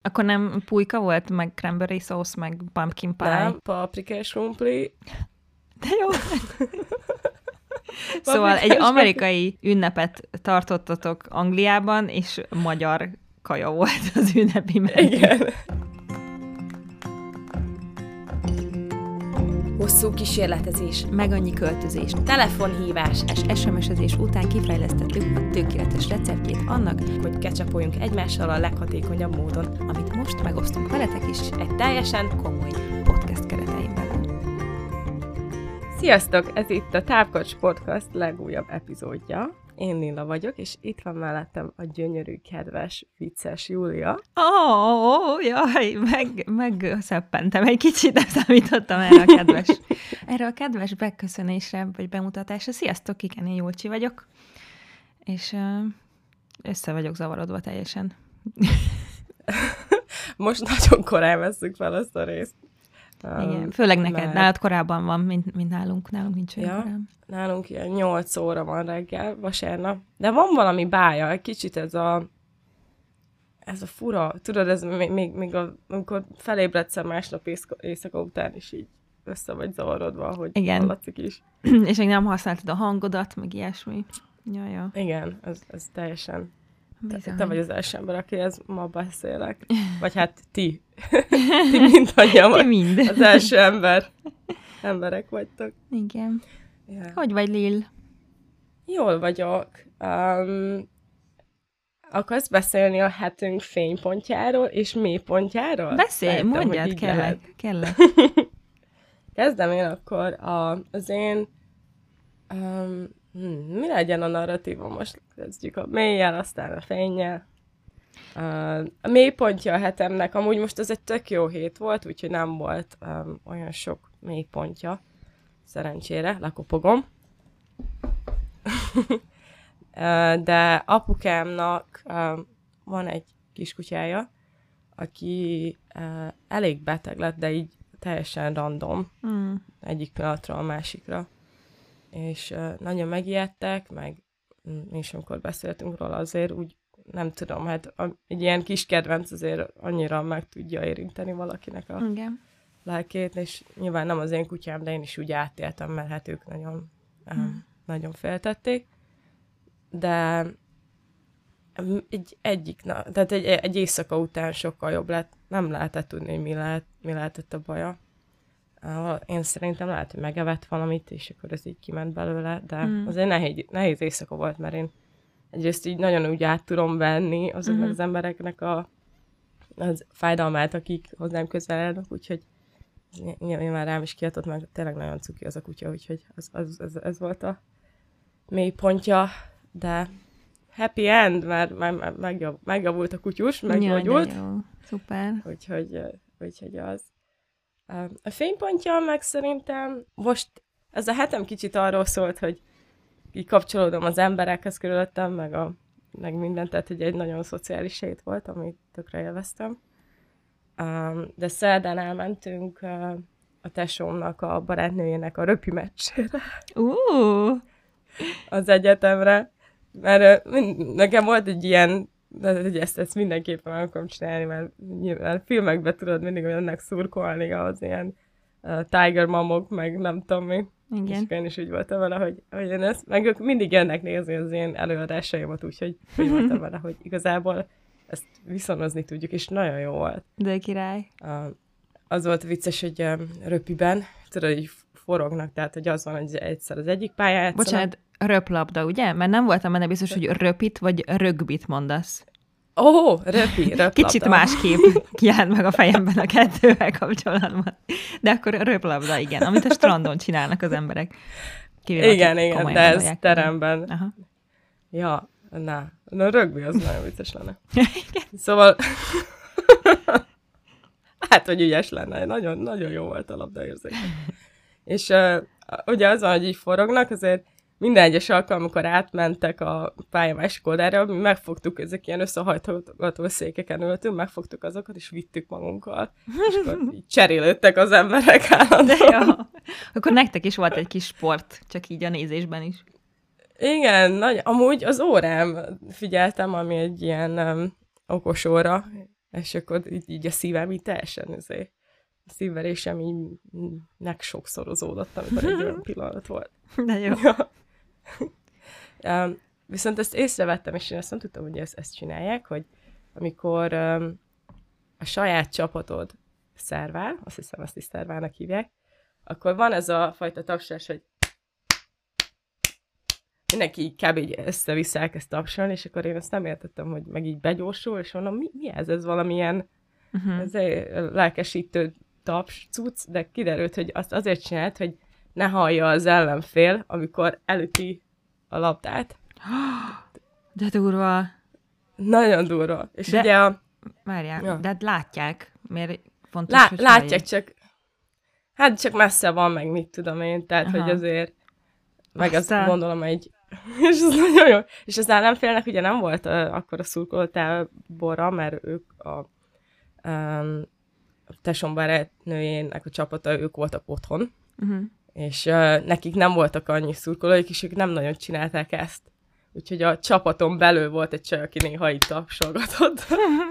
Akkor nem pulyka volt, meg cranberry sauce, meg pumpkin pie? Nem, paprikás krumpli. De jó. Szóval egy amerikai ünnepet tartottatok Angliában, és magyar kaja volt az ünnepi menü. Igen. Hosszú kísérletezés, Meg annyi költözés, telefonhívás, és SMS-ezés után kifejlesztettük a tökéletes receptjét annak, hogy kecsapoljunk egymással a leghatékonyabb módon, amit most megosztunk veletek is egy teljesen komoly. podcast keretein belül. Sziasztok! Ez itt a Távkocs Podcast legújabb epizódja. Én Lilla vagyok, és itt van mellettem a gyönyörű, kedves, vicces Júlia. Jaj, megszeppentem egy kicsit, nem számítottam erre a kedves beköszönésre, vagy bemutatásra. Sziasztok, igen, én Júlcsi vagyok, és össze vagyok zavarodva teljesen. Most nagyon korán vesszük fel ezt a részt. Igen, főleg neked, nálad korábban van, mint nálunk nincs olyan korán. Nálunk ilyen 8 óra van reggel, vasárnap, de van valami bája, egy kicsit ez a fura, tudod, ez még amikor felébredsz másnap éjszaka után is így össze vagy zavarodva, hogy hallatszik is. És még nem használtad a hangodat, meg ilyesmi. Ja. Igen, ez teljesen... Te vagy az első ember, akihez ma beszélek. Vagy hát ti. Ti mindannyian az első emberek vagytok. Igen. Yeah. Hogy vagy, Lill? Jól vagyok. Akarsz beszélni a hetünk fénypontjáról és mélypontjáról? Beszélj, mondjad, kellett. Kezdem én akkor az én... mi legyen a narratíva? Most kezdjük a méllyel, aztán a fénnyel. A mélypontja a hetemnek, amúgy most ez egy tök jó hét volt, úgyhogy nem volt olyan sok mélypontja. Szerencsére, lekopogom. De apukámnak van egy kiskutyája, aki elég beteg lett, de így teljesen random. Egyik pillanatról a másikra. És nagyon megijedtek, meg mi is amikor beszéltünk róla azért úgy, nem tudom, hát egy ilyen kis kedvenc azért annyira meg tudja érinteni valakinek a lelkét, és nyilván nem az én kutyám, de én is úgy átéltem, mert hát ők nagyon féltették. De tehát egy éjszaka után sokkal jobb lett, nem lehetett tudni, hogy mi lehetett a baja. Én szerintem lehet, hogy megevett valamit, és akkor ez így kiment belőle, de azért nehéz éjszaka volt, mert én egyrészt így nagyon úgy át tudom venni azoknak az embereknek az fájdalmát, akik hozzám közel állnak, úgyhogy nyilván rám is kiadott, meg tényleg nagyon cuki az a kutya, úgyhogy ez volt a mélypontja, de happy end, mert megjavult a kutyus, meggyógyult. Jó, szuper. Úgyhogy az. A fénypontja meg szerintem most ez a hetem kicsit arról szólt, hogy így kapcsolódom az emberekhez körülöttem, meg mindent, tehát hogy egy nagyon szociális hét volt, amit tökre élveztem. De szerdán elmentünk a tesómnak, a barátnőjének a röpi meccsére. Az egyetemre, mert nekem volt egy ilyen, hogy ezt mindenképpen meg akarom csinálni, mert nyilván filmekben tudod mindig olyannak szurkolni az ilyen Tiger Momok, meg nem tudom mi. Igen. És én is úgy voltam vele, hogy én ezt, meg ők mindig jönnek nézni az én előadásaimat, úgyhogy úgy voltam vele, hogy igazából ezt viszonozni tudjuk, és nagyon jó volt. De király. Az volt vicces, hogy röpiben, tudod, így forognak, tehát hogy az van, hogy egyszer az egyik pályán. Bocsánat, röplabda, ugye? Mert nem voltam benne biztos, hogy röpit vagy rögbit mondasz. Röplabda. Kicsit másképp kiállt meg a fejemben a kettővel kapcsolatban. De akkor röplabda, igen, amit a strandon csinálnak az emberek. Igen, de ez teremben. Aha. Ja, na, rögbi az nagyon vicces lenne. Szóval, hát, hogy ügyes lenne, nagyon, nagyon jó volt a labdaérzék. És ugye az van, hogy így forognak, azért minden egyes alkalom, amikor átmentek a pálya másik oldalára, mi megfogtuk, ezek ilyen összehajtogató székeken ültünk, megfogtuk azokat, és vittük magunkkal. És akkor így cserélődtek az emberek állandóan. De jó. Akkor nektek is volt egy kis sport, csak így a nézésben is. Igen, amúgy az órám figyeltem, ami egy ilyen okos óra, És akkor így a szívem így teljesen a szívverésem így megsokszorozódott, amikor egy olyan pillanat volt. De jó. Viszont ezt észrevettem, és én azt nem tudtam, hogy ezt csinálják, hogy amikor a saját csapatod szervál, azt hiszem, ezt is szerválnak hívják, akkor van ez a fajta tapsolás, hogy mindenki így kb. Így össze-vissza elkezd tapsolni, és akkor én ezt nem értettem, hogy meg így begyorsul, és mondom, mi ez? Ez valamilyen ez lelkesítő taps cucc, de kiderült, hogy azt azért csinált, hogy ne hallja az ellenfél, amikor elüti a labdát. De durva. Nagyon durva. És de, ugye várjál, de hát látják. Miért fontos, hogy látják, csak messze van, meg mit tudom én, tehát, hogy azért meg azt gondolom egy... És az nagyon jó. És az ellenfélnek ugye nem volt akkor a szurkolótábora, mert ők a tesóm barátnőjének a csapata, ők voltak otthon, és nekik nem voltak annyi szurkolóik, és ők nem nagyon csinálták ezt. Úgyhogy a csapaton belül volt egy csaj, aki néha így tapsolgatott.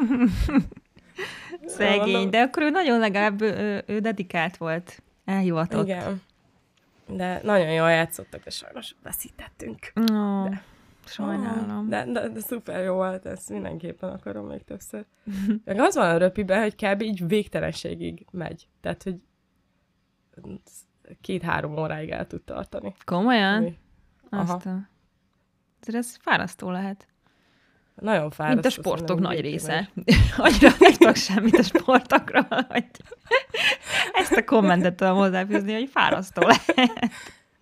Szegény, de akkor ő nagyon legalább ő dedikált volt, elhivatott. Igen. De nagyon jól játszottak, de sajnos veszítettünk. Sajnálom. De szuper jó volt, ezt mindenképpen akarom még többször. Meg az van a röpiben, hogy kb. Így végtelenségig megy. Tehát, hogy 2-3 óráig el tud tartani. Komolyan? Ez fárasztó lehet. Nagyon fárasztó. Mint a sportok nagy része. Annyira nem tudok semmit a sportokról, hogy ezt a kommentet tudom hozzáfűzni, hogy fárasztó lehet.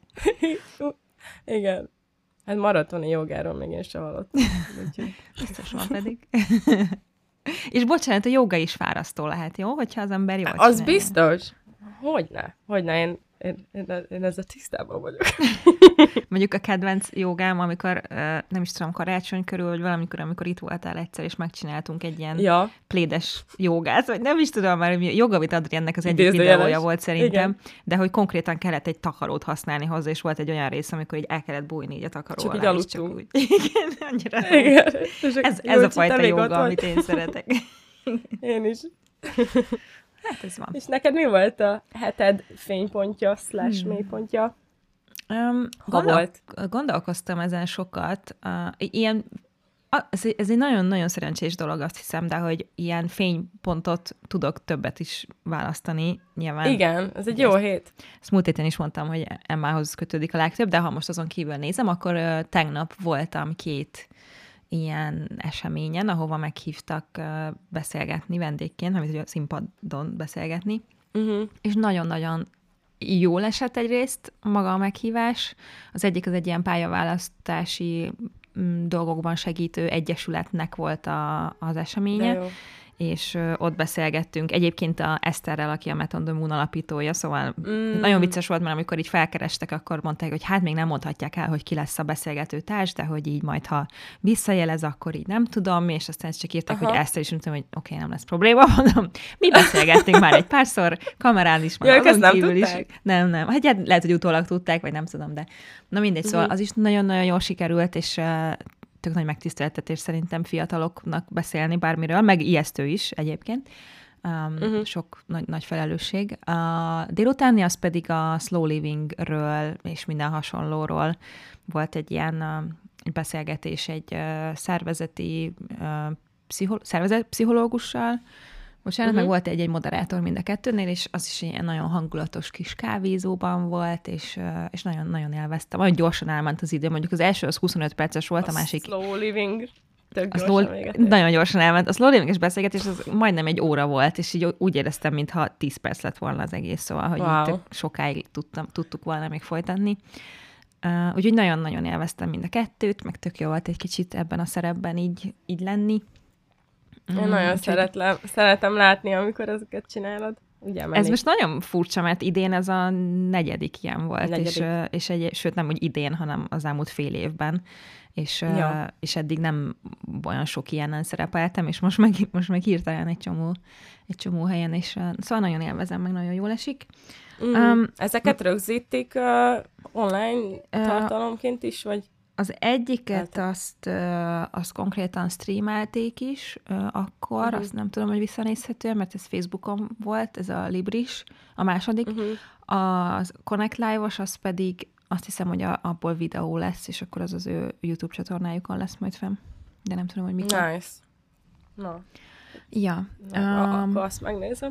Igen. Hát maratoni jogáról még én sem hallottam. Biztos van pedig. És bocsánat, a joga is fárasztó lehet, jó? Hogyha az ember jól az csinálja. Biztos. Hogyne. Én ezzel tisztában vagyok. Mondjuk a kedvenc jogám, amikor, nem is tudom, karácsony körül, vagy valamikor, amikor itt voltál egyszer, és megcsináltunk egy ilyen plédes jogát, vagy nem is tudom már, hogy Jogavit Adriennek az egyik videója volt szerintem, igen. De hogy konkrétan kellett egy takarót használni hozzá, és volt egy olyan rész, amikor így el kellett bújni így a takaró csak alá. Így aludtunk. Csak úgy. Igen, annyira. Igen. Ez a fajta joga, amit én szeretek. Én is. Hát ez van. És neked mi volt a heted fénypontja / mélypontja? Gondolkoztam ezen sokat. Ilyen, ez egy nagyon-nagyon szerencsés dolog, azt hiszem, de hogy ilyen fénypontot tudok többet is választani, nyilván. Igen, ez egy jó hét. Ezt múlt héten is mondtam, hogy Emmához kötődik a legtöbb, de ha most azon kívül nézem, akkor tegnap voltam 2 ilyen eseményen, ahova meghívtak beszélgetni vendégként, amit a színpadon beszélgetni. És nagyon-nagyon jól esett egyrészt maga a meghívás. Az egyik az egy ilyen pályaválasztási dolgokban segítő egyesületnek volt az eseménye, és ott beszélgettünk. Egyébként a Eszterrel, aki a Method de Moon alapítója, szóval nagyon vicces volt, mert amikor így felkerestek, akkor mondták, hogy hát még nem mondhatják el, hogy ki lesz a beszélgető társ, de hogy így majd, ha visszajelez, akkor így nem tudom, és aztán csak írták, hogy Eszter is, mondtam, hogy oké, nem lesz probléma, mondom. Mi beszélgettünk már egy párszor, kamerán is, már azon kívül is. Nem. Hát lehet, hogy utólag tudták, vagy nem tudom, de na mindegy, szóval az is nagyon-nagyon jól sikerült, és tök nagy megtiszteltetés szerintem fiataloknak beszélni bármiről, meg ijesztő is egyébként. Sok nagy felelősség. A délutáni az pedig a slow livingről és minden hasonlóról volt egy ilyen beszélgetés egy szervezeti pszichológussal, meg volt egy moderátor mind a kettőnél, és az is ilyen nagyon hangulatos kis kávézóban volt, és nagyon-nagyon élveztem. Nagyon gyorsan elment az idő, mondjuk az első az 25 perces volt, a másik... Slow living, tök gyorsan nagyon gyorsan elment. A slow living-es beszélgetés az majdnem 1 óra volt, és így úgy éreztem, mintha 10 perc lett volna az egész, szóval, hogy így tök sokáig tudtuk volna még folytatni. Úgyhogy nagyon-nagyon élveztem mind a kettőt, meg tök jó volt egy kicsit ebben a szerepben így lenni. Én nagyon szeretem látni, amikor ezeket csinálod. Ugye, ez most nagyon furcsa, mert idén ez a 4. ilyen volt, sőt nem úgy idén, hanem az elmúlt fél évben, és eddig nem olyan sok ilyenen szerepeltem, és most meg hirtelen egy csomó helyen, és szóval nagyon élvezem, meg nagyon jól esik. Ezeket rögzítik online tartalomként is, vagy? Az egyiket azt konkrétan streamelték is akkor, azt nem tudom, hogy visszanézhető, mert ez Facebookon volt, ez a Libris, a második. A Connect Live-os, az pedig azt hiszem, hogy abból videó lesz, és akkor az ő YouTube csatornájukon lesz majd fenn. De nem tudom, hogy mikor. Nice. Na. Ja. Akkor azt megnézem.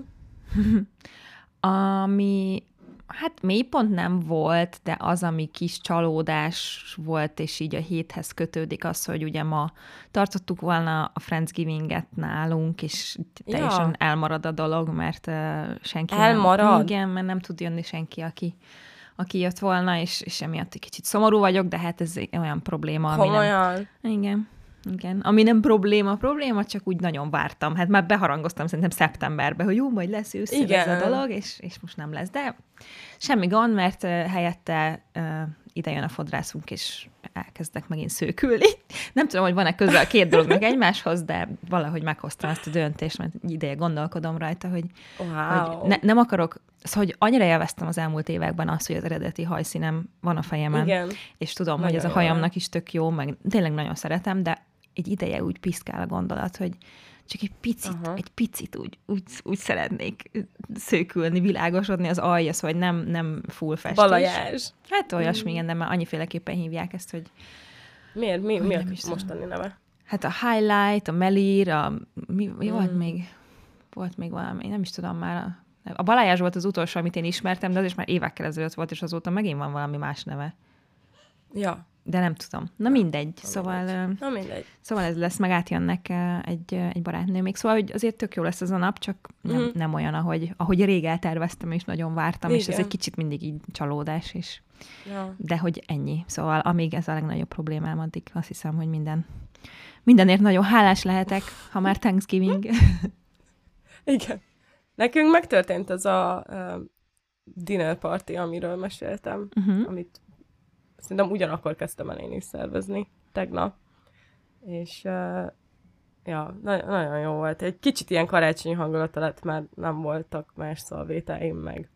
Ami, hát mélypont nem volt, de az, ami kis csalódás volt, és így a héthez kötődik az, hogy ugye ma tartottuk volna a Friendsgiving-et nálunk, és teljesen elmarad a dolog, mert senki elmarad? Igen, mert nem tud jönni senki, aki jött volna, és emiatt egy kicsit szomorú vagyok, de hát ez olyan probléma, ami Komolyan? nem... Igen. Ami nem probléma, csak úgy nagyon vártam. Hát már beharangoztam szerintem szeptemberbe, hogy jó, majd lesz ősszel ez a dolog, és most nem lesz. De semmi gond, mert helyette ide jön a fodrászunk, és elkezdek megint szőkülni. Nem tudom, hogy van-e köze a két dolognak egymáshoz, de valahogy meghoztam ezt a döntést, mert ideje gondolkodom rajta, hogy nem akarok, szóval, hogy annyira élveztem az elmúlt években azt, hogy az eredeti hajszínem van a fejemen, igen. És tudom, nagyon hogy ez a hajamnak is tök jó, meg tényleg nagyon szeretem, de egy ideje úgy piszkál a gondolat, hogy csak egy picit úgy szeretnék szőkülni, világosodni az alja, szóval nem full festés. Balajázs. Hát olyasmi, igen, de már annyiféleképpen hívják ezt, hogy... Miért? Mi a mostani neve? Hát a highlight, a melír, mi volt még? Volt még valami, nem is tudom már. A balajázs volt az utolsó, amit én ismertem, de az is már évekkel ezelőtt volt, és azóta megint van valami más neve. Ja. De nem tudom. Na mindegy. Szóval ez lesz, meg átjönnek egy barátnő még. Szóval, hogy azért tök jó lesz ez a nap, csak nem olyan, ahogy rég elterveztem, és nagyon vártam, igen. És ez egy kicsit mindig így csalódás is. Ja. De hogy ennyi. Szóval amíg ez a legnagyobb problémám, addig azt hiszem, hogy mindenért nagyon hálás lehetek, ha már Thanksgiving. Igen. Nekünk megtörtént az a dinner party, amiről meséltem, amit szerintem ugyanakkor kezdtem el én is szervezni, tegnap. És nagyon jó volt. Egy kicsit ilyen karácsonyi hangulata lett, mert nem voltak más szalvétáim meg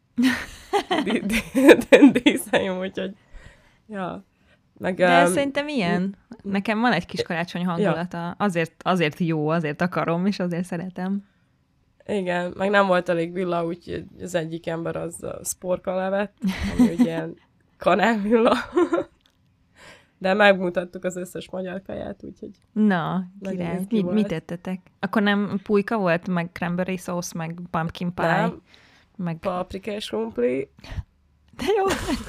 díszeim, úgyhogy meg, de szerintem ilyen. Nekem van egy kis karácsonyi hangulata. Azért jó, azért akarom, és azért szeretem. Igen, meg nem volt elég villa, úgyhogy az egyik ember az szporka levett, ami ugye ilyen kanálvilla. De megmutattuk az összes magyar kaját, úgyhogy... Na, király. Mit ettetek? Akkor nem pulyka volt, meg cranberry sauce, meg pumpkin pie? Nem, meg paprikás krumpli. De jó!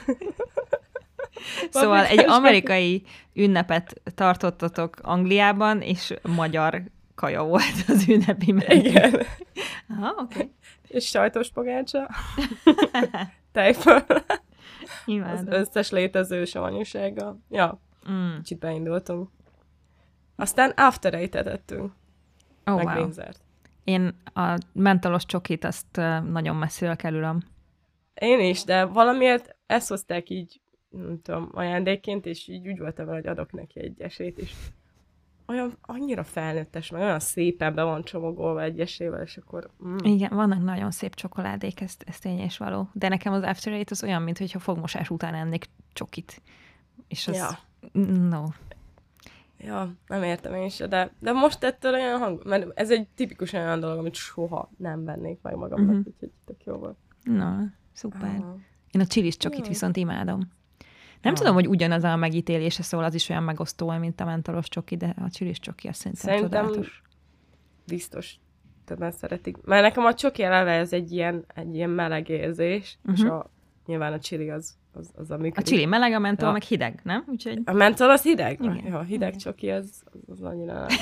Szóval egy amerikai ünnepet tartottatok Angliában, és magyar kaja volt az ünnepi menü. Igen. Aha, oké. És sajtos pogácsa. Tejföl. Az összes létező savanyúsággal. Ja, kicsit beindultunk. Aztán after eight-et ettünk. Meg Windsort. Én a mentalos csokit azt nagyon messziről kerülöm. Én is, de valamiért ezt hozták így, nem tudom, ajándékként, és így úgy voltam vele, hogy adok neki egy esélyt, és olyan annyira felnőttes, meg olyan szépen be van csomagolva egyesével, és akkor... Igen, vannak nagyon szép csokoládék, ez tény és való. De nekem az After Eight az olyan, mintha fogmosás után ennék csokit. És az... No. Ja, nem értem én se, de most ettől olyan hang... Mert ez egy tipikus olyan dolog, amit soha nem vennék meg magamnak, úgyhogy tök jó volt. Na, szuper. Én a chilis csokit viszont imádom. Nem tudom, hogy ugyanaz a megítélése, szóval az is olyan megosztó, mint a mentolos csoki, de a csilis csoki azt szerintem csodálatos. Biztos többen szeretik. Mert nekem a csoki eleve ez egy ilyen meleg érzés, és nyilván a chili az a működik. A chili meleg, a mentol meg hideg, nem? Úgyhogy... A mentol az hideg? Igen. Ja, a hideg csoki az annyira nem.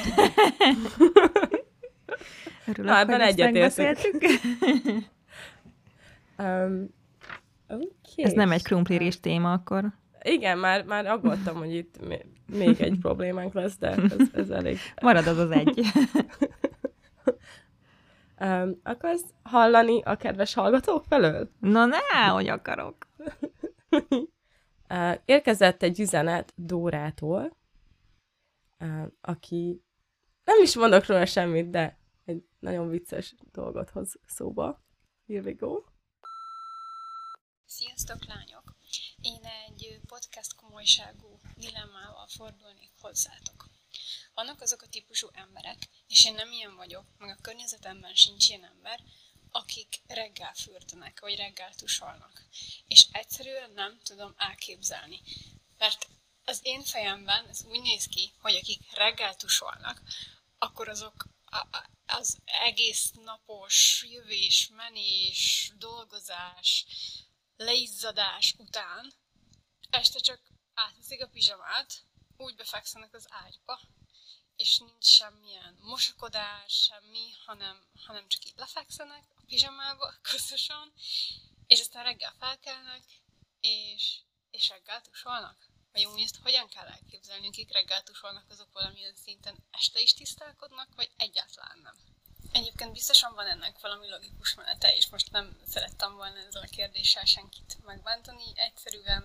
Örülök, hogy ezt megbeszéltük. Ez nem egy krumplirés téma akkor. Igen, már aggódtam, hogy itt még egy problémánk lesz, de ez elég. Marad az egy. Akarsz hallani a kedves hallgatók felől? Na hogy akarok. Érkezett egy üzenet Dórától, aki nem is mondok róla semmit, de egy nagyon vicces dolgot hoz szóba. Here we go. Sziasztok, lányok! Én egy podcast komolyságú dilemmával fordulnék hozzátok. Vannak azok a típusú emberek, és én nem ilyen vagyok, meg a környezetemben sincs ilyen ember, akik reggel fürdenek, vagy reggel tusolnak. És egyszerűen nem tudom elképzelni. Mert az én fejemben ez úgy néz ki, hogy akik reggel tusolnak, akkor azok az egész napos jövés, menés, dolgozás, leizzadás után este csak átveszik a pizsamát, úgy befekszenek az ágyba, és nincs semmilyen mosakodás, semmi, hanem csak így lefekszenek a pizsamába, közösen, és aztán reggel felkelnek, és reggel tusolnak. Vagy úgy ezt hogyan kell elképzelni, akik reggel tusolnak, azok valamilyen szinten este is tisztálkodnak, vagy egyáltalán nem. Egyébként biztosan van ennek valami logikus menete, és most nem szerettem volna ezzel a kérdéssel senkit megbántani. Egyszerűen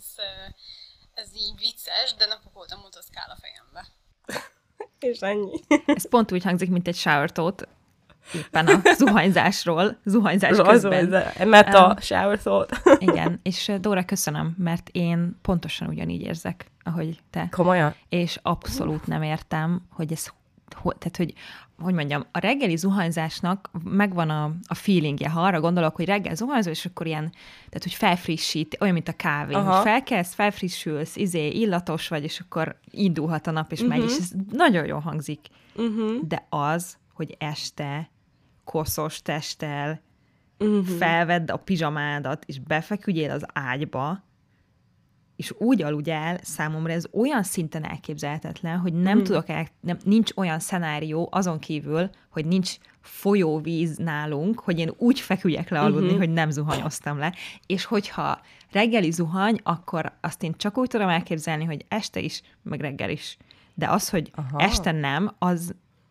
ez így vicces, de napok óta motoszkál a fejembe. És ennyi. Ez pont úgy hangzik, mint egy shower thought, éppen a zuhanyzás közben. Meta shower thought. Igen, és Dóra, köszönöm, mert én pontosan ugyanígy érzek, ahogy te. Komolyan? És abszolút nem értem, hogy ez, tehát, hogy mondjam, a reggeli zuhanyzásnak megvan a feelingje, ha arra gondolok, hogy reggel zuhanyzol, és akkor ilyen, tehát, hogy felfrissít, olyan, mint a kávé, hogy felkelsz, felfrissülsz, illatos vagy, és akkor indulhat a nap, és megy, és ez nagyon jól hangzik. De az, hogy este koszos testtel felvedd a pizsamádat, és befeküdjél az ágyba, és úgy aludj el, számomra ez olyan szinten elképzelhetetlen, hogy nem tudok nincs olyan szenárió azon kívül, hogy nincs folyóvíz nálunk, hogy én úgy feküdjek le aludni, hogy nem zuhanyoztam le. És hogyha reggeli zuhany, akkor azt én csak úgy tudom elképzelni, hogy este is, meg reggel is. De az, hogy este nem, az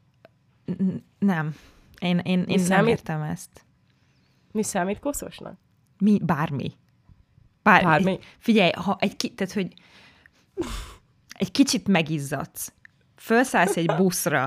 nem. Én nem értem ezt. Mi számít koszosnak? Bármi. Figyelj, ha tehát, hogy egy kicsit megizzadsz, felszállsz egy buszra,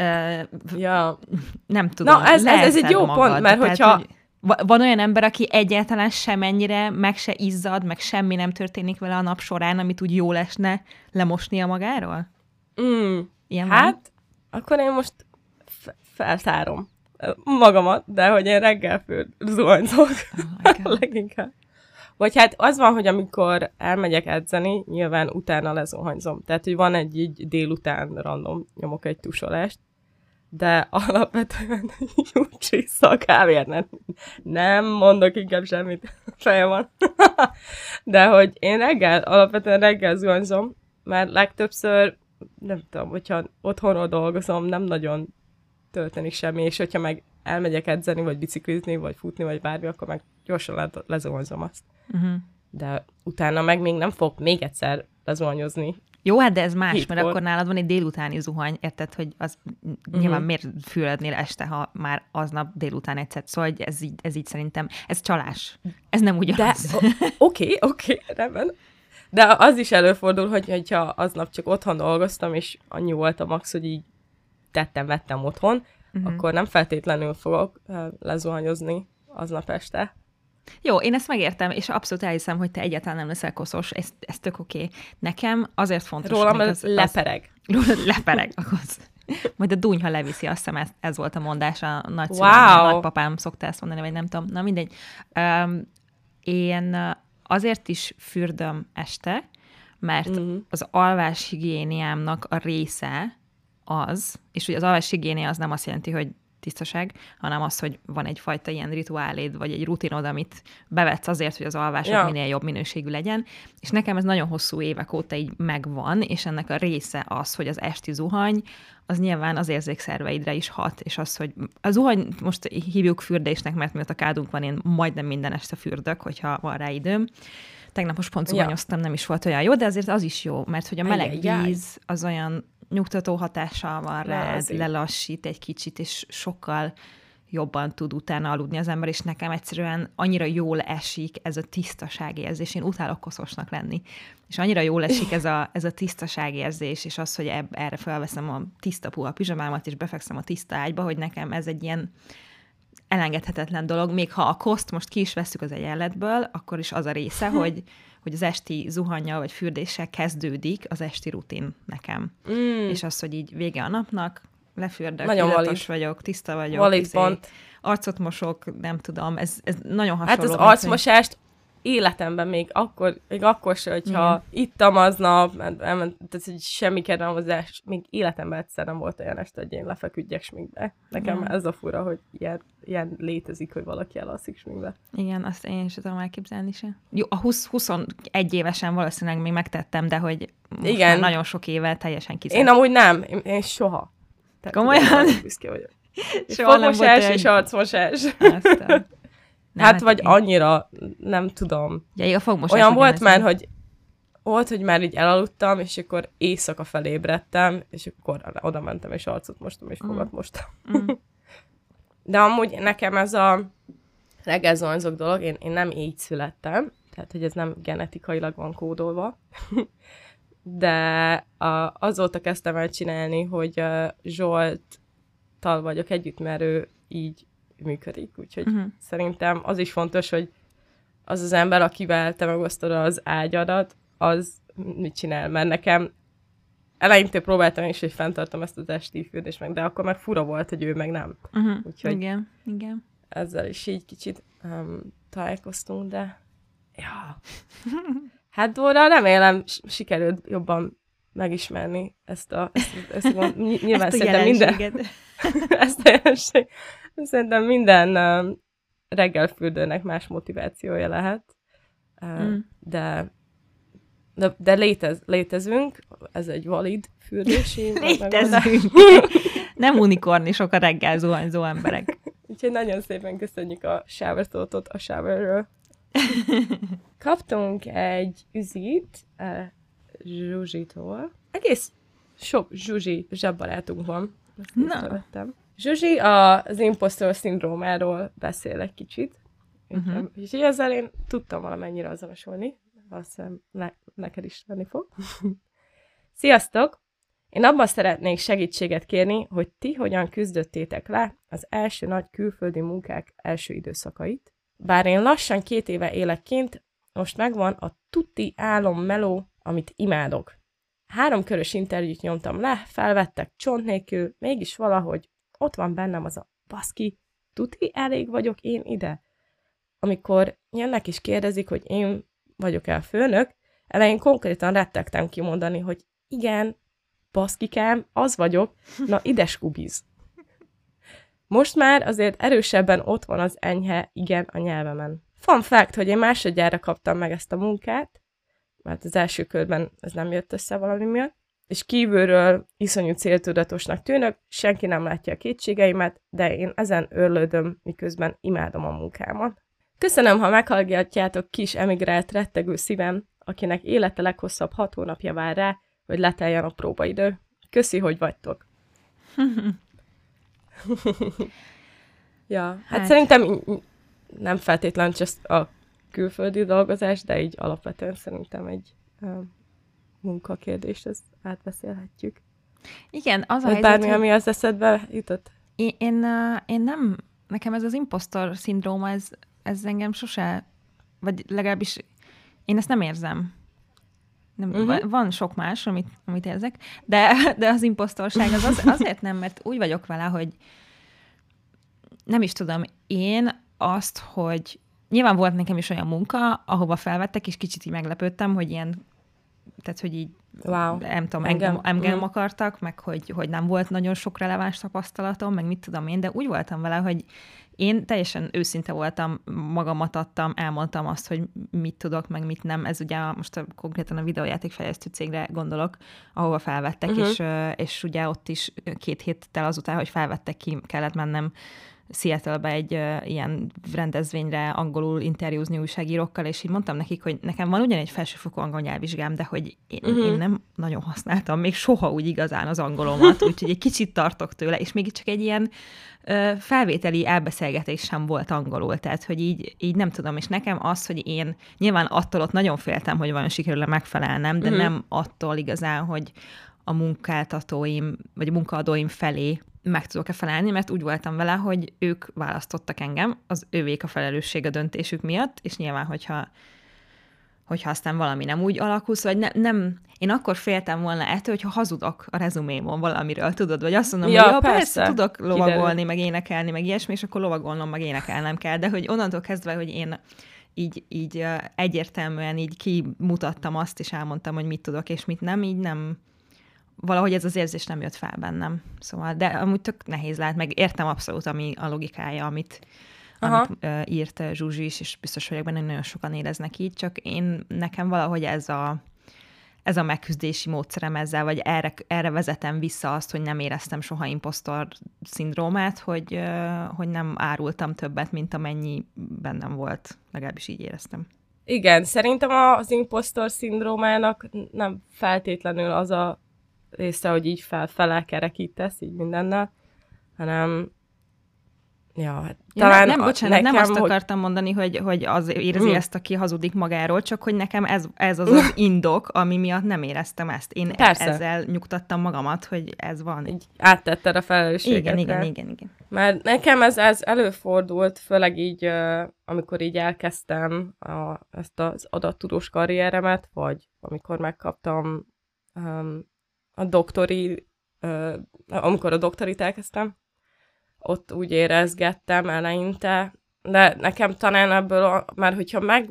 nem tudom, na, ez egy jó magad, pont, mert tehát, hogyha... Hogy van olyan ember, aki egyáltalán semennyire meg se izzad, meg semmi nem történik vele a nap során, amit úgy jól esne lemosnia magáról? Ilyen hát, van? akkor én most feltárom magamat, de hogy én reggel zuhanyzok leginkább. Vagy hát az van, hogy amikor elmegyek edzeni, nyilván utána lezuhanyzom. Tehát, hogy van egy így délután random nyomok egy tusolást, de alapvetően úgy csiszol a kávéért, nem mondok inkább semmit, feje van. De hogy én alapvetően reggel zuhanyzom, mert legtöbbször, nem tudom, hogyha otthonról dolgozom, nem nagyon történik semmi, és hogyha meg elmegyek edzeni, vagy biciklizni, vagy futni, vagy bármi, akkor meg gyorsan lezuhanyzom azt. De utána meg még nem fog még egyszer lezuhanyozni. Jó, hát de ez más, mert akkor nálad van egy délutáni zuhany, érted, hogy az nyilván miért fürödnél este, ha már aznap délután egyszer. Szóval ez így szerintem, ez csalás. Ez nem ugyanaz. Oké, rendben. De az is előfordul, hogyha aznap csak otthon dolgoztam, és annyi volt a max, hogy így vettem otthon, akkor nem feltétlenül fogok lezuhanyozni aznap este. Jó, én ezt megértem, és abszolút elhiszem, hogy te egyáltalán nem leszel koszos, ez tök oké. Nekem azért fontos... Rólam lepereg. Lepereg, az. Majd a dunyha leviszi, azt hiszem ez volt a mondás, a nagypapám szokta ezt mondani, vagy nem tudom. Na mindegy. Én azért is fürdöm este, mert az alváshigiéniámnak a része az, és ugye az alváshigiénia az nem azt jelenti, hogy tisztaság, hanem az, hogy van egyfajta ilyen rituáléd, vagy egy rutinod, amit bevetsz azért, hogy az alvásod minél jobb minőségű legyen, és nekem ez nagyon hosszú évek óta így megvan, és ennek a része az, hogy az esti zuhany, az nyilván az érzékszerveidre is hat, és az, hogy a zuhany most hívjuk fürdésnek, mert mióta kádunk van, én majdnem minden este fürdök, hogyha van rá időm. Tegnap most pont zuhanyoztam, nem is volt olyan jó, de azért az is jó, mert hogy a meleg víz az olyan nyugtató hatással van rád, lelassít egy kicsit, és sokkal jobban tud utána aludni az ember, és nekem egyszerűen annyira jól esik ez a tisztaságérzés. Én utálok koszosnak lenni. És annyira jól esik ez a tisztaságérzés, és az, hogy erre felveszem a tiszta puha pizsamámat, és befekszem a tiszta ágyba, hogy nekem ez egy ilyen elengedhetetlen dolog. Még ha a koszt most ki is vesszük az egyenletből, akkor is az a része, hogy az esti zuhannyal vagy fürdéssel kezdődik az esti rutin nekem. És az, hogy így vége a napnak, lefürdök, illatos vagyok, tiszta vagyok, valid pont. Arcot mosok, nem tudom, ez nagyon hasonló. Hát az arcmosást életemben még akkor se, hogyha ittam aznap, tehát semmi kedvem hozzá, még életemben egyszer nem volt olyan este, hogy én lefeküdjek sminkbe. Nekem ez a fura, hogy ilyen létezik, hogy valaki elalszik sminkbe. Igen, azt én is tudom elképzelni se. Jó, a 21 évesen valószínűleg még megtettem, de hogy most már nagyon sok éve teljesen kizárt. Én amúgy nem, én soha. Tehát komolyan? Büszke vagyok. És soha fogmosás és arcmosás. Hát vagy annyira, nem tudom. Ja, a fogmosás olyan volt már, hogy már így elaludtam, és akkor éjszaka felébredtem, és akkor oda mentem, és arcot mostam, és fogat mostam. De amúgy nekem ez a reggelzuhanyzók dolog, én nem így születtem, tehát hogy ez nem genetikailag van kódolva, de azóta kezdtem el csinálni, hogy Zsolttal vagyok együtt, mert ő így működik, úgyhogy szerintem az is fontos, hogy az ember, akivel te megosztod az ágyadat, az mit csinál, mert nekem eleintől próbáltam is, hogy fenntartom ezt az esti fürdést meg, de akkor már fura volt, hogy ő meg nem. Úgyhogy igen. Ezzel is így kicsit találkoztunk, de ja. Hát Dóra, remélem sikerült jobban megismerni ezt nyilván szerintem minden ezt a jelenség. Szerintem minden reggelfürdőnek más motivációja lehet, de létezünk, ez egy valid fürdési létezünk. Nem unikornisok a reggel zuhanyzó emberek. Úgyhogy nagyon szépen köszönjük a shower thoughtot a showerről. Kaptunk egy üzit Zsuzsitól. Egész sok Zsuzsi zsebbarátunk van. Zsuzsi az impostor szindrómáról beszél egy kicsit. Úgyhogy ezzel én tudtam valamennyire azonosulni. Valószínűleg neked is lenni fog. Sziasztok! Én abban szeretnék segítséget kérni, hogy ti hogyan küzdöttétek le az első nagy külföldi munkák első időszakait. Bár én lassan 2 éve élek kint, most megvan a tuti álom meló, amit imádok. 3 körös interjút nyomtam le, felvettek csont nélkül, mégis valahogy ott van bennem az a baszki, tuti elég vagyok én ide. Amikor jönnek és kérdezik, hogy én vagyok-e a főnök, elején konkrétan rettegtem kimondani, hogy igen, baszkikám, az vagyok, na ide skubiz. Most már azért erősebben ott van az enyhe igen a nyelvemen. Fun fact, hogy én másodjára kaptam meg ezt a munkát, mert az első körben ez nem jött össze valami miatt, és kívülről iszonyú céltudatosnak tűnök, senki nem látja a kétségeimet, de én ezen örlődöm, miközben imádom a munkámat. Köszönöm, ha meghallgatjátok kis emigrált rettegő szívem, akinek élete leghosszabb 6 hónapja vár rá, hogy leteljen a próbaidő. Köszi, hogy vagytok. Ja, hát szerintem nem feltétlenül csak a külföldi dolgozás, de így alapvetően szerintem egy munkakérdést, ezt átbeszélhetjük. Igen, az a helyzet, helyzet, bármi, ami az eszedbe jutott? Én nem, nekem ez az impostor szindróma, ez engem sose, vagy legalábbis én ezt nem érzem. Nem, van sok más, amit érzek, de az imposztorság az azért nem, mert úgy vagyok vele, hogy nem is tudom, én azt, hogy nyilván volt nekem is olyan munka, ahova felvettek, és kicsit így meglepődtem, hogy ilyen, tehát, hogy így nem tudom, engem akartak, meg hogy nem volt nagyon sok releváns tapasztalatom, meg mit tudom én, de úgy voltam vele, hogy én teljesen őszinte voltam, magamat adtam, elmondtam azt, hogy mit tudok, meg mit nem. Ez ugye most konkrétan a videójátékfejlesztő cégre gondolok, ahova felvettek, és ugye ott is 2 héttel azután, hogy felvettek ki, kellett mennem Seattle-be egy ilyen rendezvényre angolul interjúzni újságírókkal, és így mondtam nekik, hogy nekem van ugyan egy felsőfokú angol nyelvvizsgám, de hogy én nem nagyon használtam még soha úgy igazán az angolomat, úgyhogy egy kicsit tartok tőle, és még csak egy ilyen felvételi elbeszélgetés sem volt angolul, tehát hogy így nem tudom, és nekem az, hogy én nyilván attól ott nagyon féltem, hogy vajon sikerül-e megfelelnem, de nem attól igazán, hogy a munkáltatóim, vagy a munkaadóim felé meg tudok-e felelni, mert úgy voltam vele, hogy ők választottak engem, az övék a felelősség a döntésük miatt, és nyilván, hogyha aztán valami nem úgy alakul, szóval nem, én akkor féltem volna ettől, hogyha hazudok a rezumémon valamiről, tudod, vagy azt mondom, hogy persze, tudok lovagolni, meg énekelni, meg ilyesmi, és akkor lovagolnom, meg énekelnem kell, de hogy onnantól kezdve, hogy én így egyértelműen így kimutattam azt, és elmondtam, hogy mit tudok, és mit nem, így nem, valahogy ez az érzés nem jött fel bennem. Szóval, de amúgy tök nehéz lehet, meg értem abszolút, ami a logikája, amit írt Zsuzsi is, és biztos vagyok benne, hogy nagyon sokan éreznek így, csak nekem valahogy ez a megküzdési módszerem ezzel, vagy erre vezetem vissza azt, hogy nem éreztem soha imposztor szindrómát, hogy nem árultam többet, mint amennyi bennem volt. Legalábbis így éreztem. Igen, szerintem az imposztor szindrómának nem feltétlenül az a része, hogy így felfele kerekítesz, így mindennel, hanem ja, talán nem, bocsánat, nem azt akartam mondani, hogy az érzi ezt, aki hazudik magáról, csak hogy nekem ez az indok, ami miatt nem éreztem ezt. Én ezzel nyugtattam magamat, hogy ez van. Így áttetted a felelősséget. Igen. Mert nekem ez előfordult, főleg így, amikor így elkezdtem ezt az adattudós karrieremet, vagy amikor megkaptam amikor a doktorit elkezdtem, ott úgy érezgettem eleinte, de nekem talán ebből, mert hogyha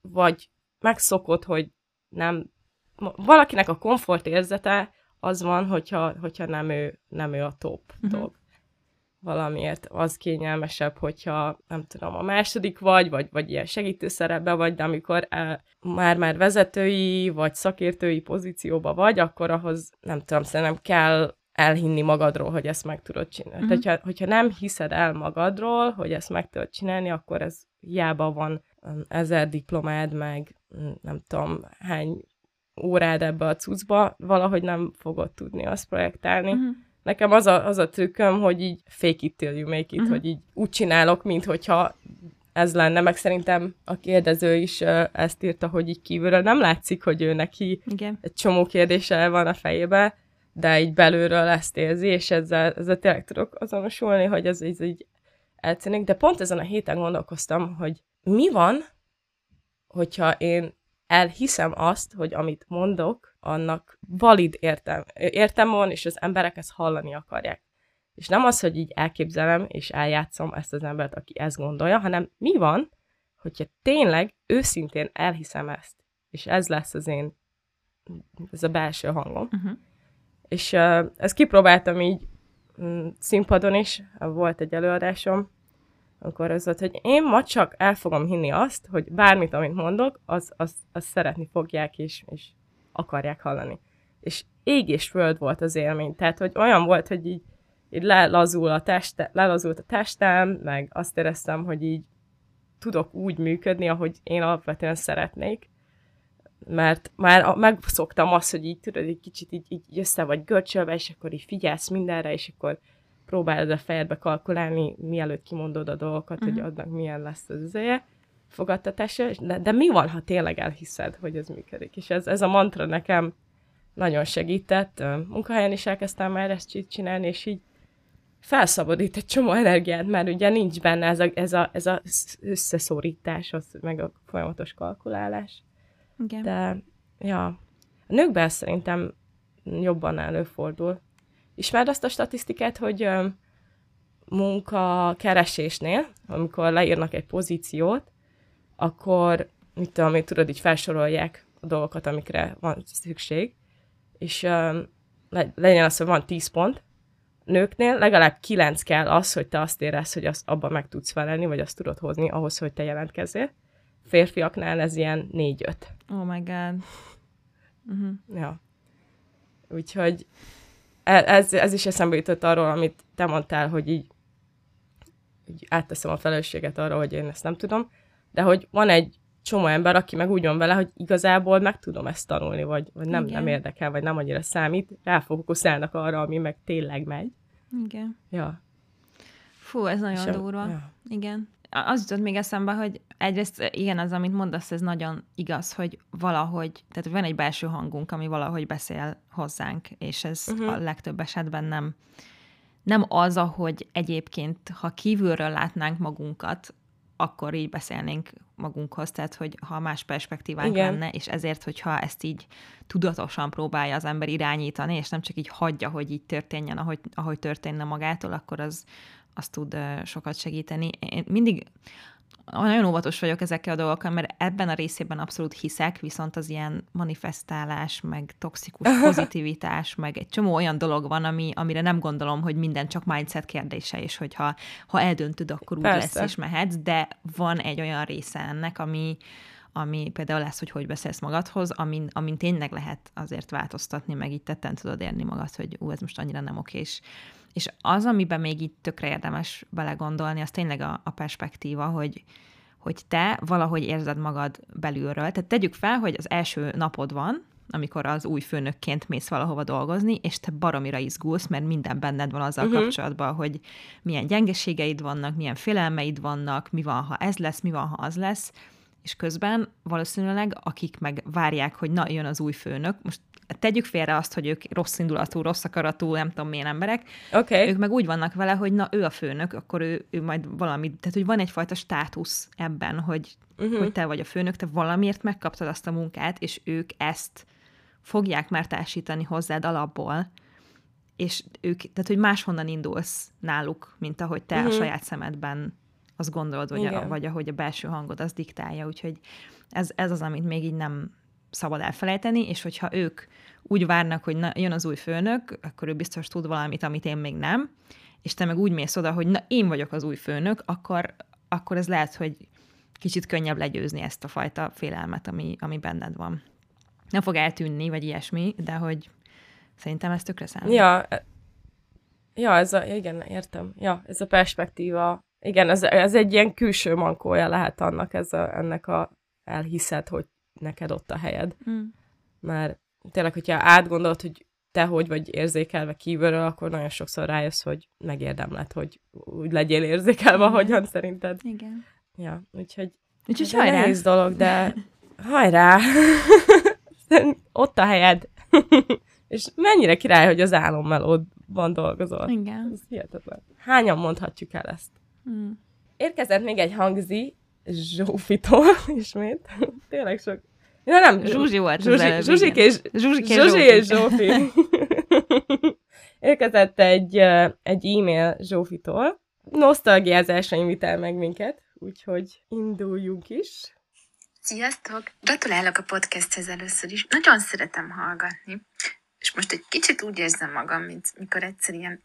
megszokod, hogy nem, valakinek a komfort érzete az van, hogyha nem ő a top dolg. Valamiért az kényelmesebb, hogyha nem tudom, a második vagy ilyen segítőszerepben vagy, de amikor már vezetői vagy szakértői pozícióba vagy, akkor ahhoz nem tudom, szerintem kell elhinni magadról, hogy ezt meg tudod csinálni. Tehát, hogyha nem hiszed el magadról, hogy ezt meg tudod csinálni, akkor ez hiába van 1000 diplomád, meg nem tudom hány órád ebbe a cuccba, valahogy nem fogod tudni azt projektálni. Nekem az a trükköm, hogy így fake it till you make it, hogy így úgy csinálok, minthogyha ez lenne, meg szerintem a kérdező is ezt írta, hogy így kívülről nem látszik, hogy ő neki egy csomó kérdése van a fejébe, de így belülről ezt érzi, és ezzel tényleg tudok azonosulni, hogy ez így eltűnik. De pont ezen a héten gondolkoztam, hogy mi van, hogyha én elhiszem azt, hogy amit mondok, annak valid értelme van, és az emberek ezt hallani akarják. És nem az, hogy így elképzelem, és eljátszom ezt az embert, aki ezt gondolja, hanem mi van, hogyha tényleg őszintén elhiszem ezt, és ez lesz ez a belső hangom. És ezt kipróbáltam így színpadon is, volt egy előadásom, akkor az volt, hogy én ma csak el fogom hinni azt, hogy bármit, amit mondok, azt szeretni fogják, és akarják hallani. És ég és föld volt az élmény. Tehát, hogy olyan volt, hogy így lelazult a testem, meg azt éreztem, hogy így tudok úgy működni, ahogy én alapvetően szeretnék. Mert már megszoktam azt, hogy így tudod, egy kicsit így össze vagy görcsölve, és akkor így figyelsz mindenre, és akkor próbálod a fejedbe kalkulálni, mielőtt kimondod a dolgokat, hogy adnak milyen lesz az izéje, fogadtatása, de mi van, ha tényleg elhiszed, hogy ez működik? És ez a mantra nekem nagyon segített. Munkahelyen is elkezdtem már ezt csinálni, és így felszabadít egy csomó energiát, mert ugye nincs benne ez a összeszorítás, meg a folyamatos kalkulálás. Igen. De, ja, a nőkben szerintem jobban előfordul. Ismered azt a statisztikát, hogy munkakeresésnél, amikor leírnak egy pozíciót, akkor, mit tudom, tudod, így felsorolják a dolgokat, amikre van szükség, és legyen az, hogy van 10 pont, nőknél legalább 9 kell az, hogy te azt érezd, hogy abban meg tudsz felelni, vagy azt tudod hozni ahhoz, hogy te jelentkezzél. Férfiaknál ez ilyen 4-5. Oh my god. Ja. Úgyhogy ez is eszembe jutott arról, amit te mondtál, hogy így átteszem a felelősséget arra, hogy én ezt nem tudom, de hogy van egy csomó ember, aki meg úgy van vele, hogy igazából meg tudom ezt tanulni, vagy nem érdekel, vagy nem annyira számít, ráfókuszálnak arra, ami meg tényleg megy. Igen. Ja. Fú, ez nagyon durva. Ja. Igen. Az jutott még eszembe, hogy egyrészt igen, az, amit mondasz, ez nagyon igaz, hogy valahogy, tehát van egy belső hangunk, ami valahogy beszél hozzánk, és ez a legtöbb esetben nem az, ahogy egyébként, ha kívülről látnánk magunkat, akkor így beszélnénk magunkhoz, tehát hogy ha más perspektívánk lenne, és ezért, hogyha ezt így tudatosan próbálja az ember irányítani, és nem csak így hagyja, hogy így történjen, ahogy történne magától, akkor az tud sokat segíteni. Én mindig nagyon óvatos vagyok ezekkel a dolgokkal, mert ebben a részében abszolút hiszek, viszont az ilyen manifestálás, meg toxikus pozitivitás, meg egy csomó olyan dolog van, amire nem gondolom, hogy minden csak mindset kérdése, és hogyha eldöntöd, akkor úgy lesz, és mehetsz, de van egy olyan része ennek, ami például lesz, hogy beszélsz magadhoz, amin tényleg lehet azért változtatni, meg így tetten tudod érni magad, hogy ez most annyira nem okés. És az, amiben még így tökre érdemes belegondolni, az tényleg a perspektíva, hogy te valahogy érzed magad belülről. Tehát tegyük fel, hogy az első napod van, amikor az új főnökként mész valahova dolgozni, és te baromira izgulsz, mert minden benned van azzal kapcsolatban, hogy milyen gyengeségeid vannak, milyen félelmeid vannak, mi van, ha ez lesz, mi van, ha az lesz, és közben valószínűleg, akik meg várják, hogy na, jön az új főnök, most tegyük félre azt, hogy ők rossz indulatú, rossz akaratú, nem tudom milyen emberek, ők meg úgy vannak vele, hogy na, ő a főnök, akkor ő majd valamit, tehát hogy van egyfajta státusz ebben, hogy te vagy a főnök, te valamiért megkaptad azt a munkát, és ők ezt fogják már társítani hozzád alapból, és ők, tehát hogy máshonnan indulsz náluk, mint ahogy te a saját szemedben azt gondolod, vagy ahogy a belső hangod az diktálja, úgyhogy ez az, amit még így nem szabad elfelejteni, és hogyha ők úgy várnak, hogy na, jön az új főnök, akkor ő biztos tud valamit, amit én még nem, és te meg úgy mész oda, hogy na, én vagyok az új főnök, akkor ez lehet, hogy kicsit könnyebb legyőzni ezt a fajta félelmet, ami benned van. Nem fog eltűnni, vagy ilyesmi, de hogy szerintem ez tökre számít. Ja, igen, értem. Ja, ez a perspektíva, igen, ez egy ilyen külső mankója lehet ennek elhiszed, hogy neked ott a helyed. Mert tényleg, hogyha átgondolod, hogy te hogy vagy érzékelve kívülről, akkor nagyon sokszor rájössz, hogy megérdemled, hogy úgy legyél érzékelve, hogyan szerinted. Igen. Ja, úgyhogy hajrá! Nehéz dolog, de hajrá! Ott a helyed. És mennyire király, hogy az álommelódban dolgozol. Igen. Ez hihetetlen. Hányan mondhatjuk el ezt? Érkezett még egy hangzi Zsófitól ismét. Tényleg sok. Ja, nem. Zsuzsi volt Zsuzsi és Zsófi. Érkezett egy e-mail Zsófitól. Nosztalgiázásra invitál meg minket, úgyhogy induljunk is. Sziasztok! Gratulálok a podcasthez először is. Nagyon szeretem hallgatni, és most egy kicsit úgy érzem magam, mint mikor egyszer ilyen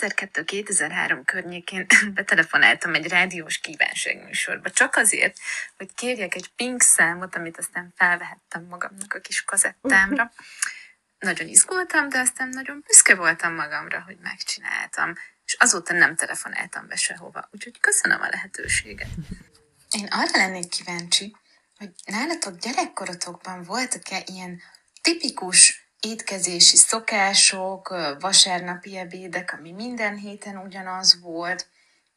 2002-2003 környékén betelefonáltam egy rádiós kívánságműsorba, csak azért, hogy kérjek egy ping számot, amit aztán felvehettem magamnak a kis kazettámra. Nagyon izgultam, de aztán nagyon büszke voltam magamra, hogy megcsináltam, és azóta nem telefonáltam be sehova, úgyhogy köszönöm a lehetőséget. Én arra lennék kíváncsi, hogy nálatok gyerekkorotokban voltak-e ilyen tipikus étkezési szokások, vasárnapi ebédek, ami minden héten ugyanaz volt,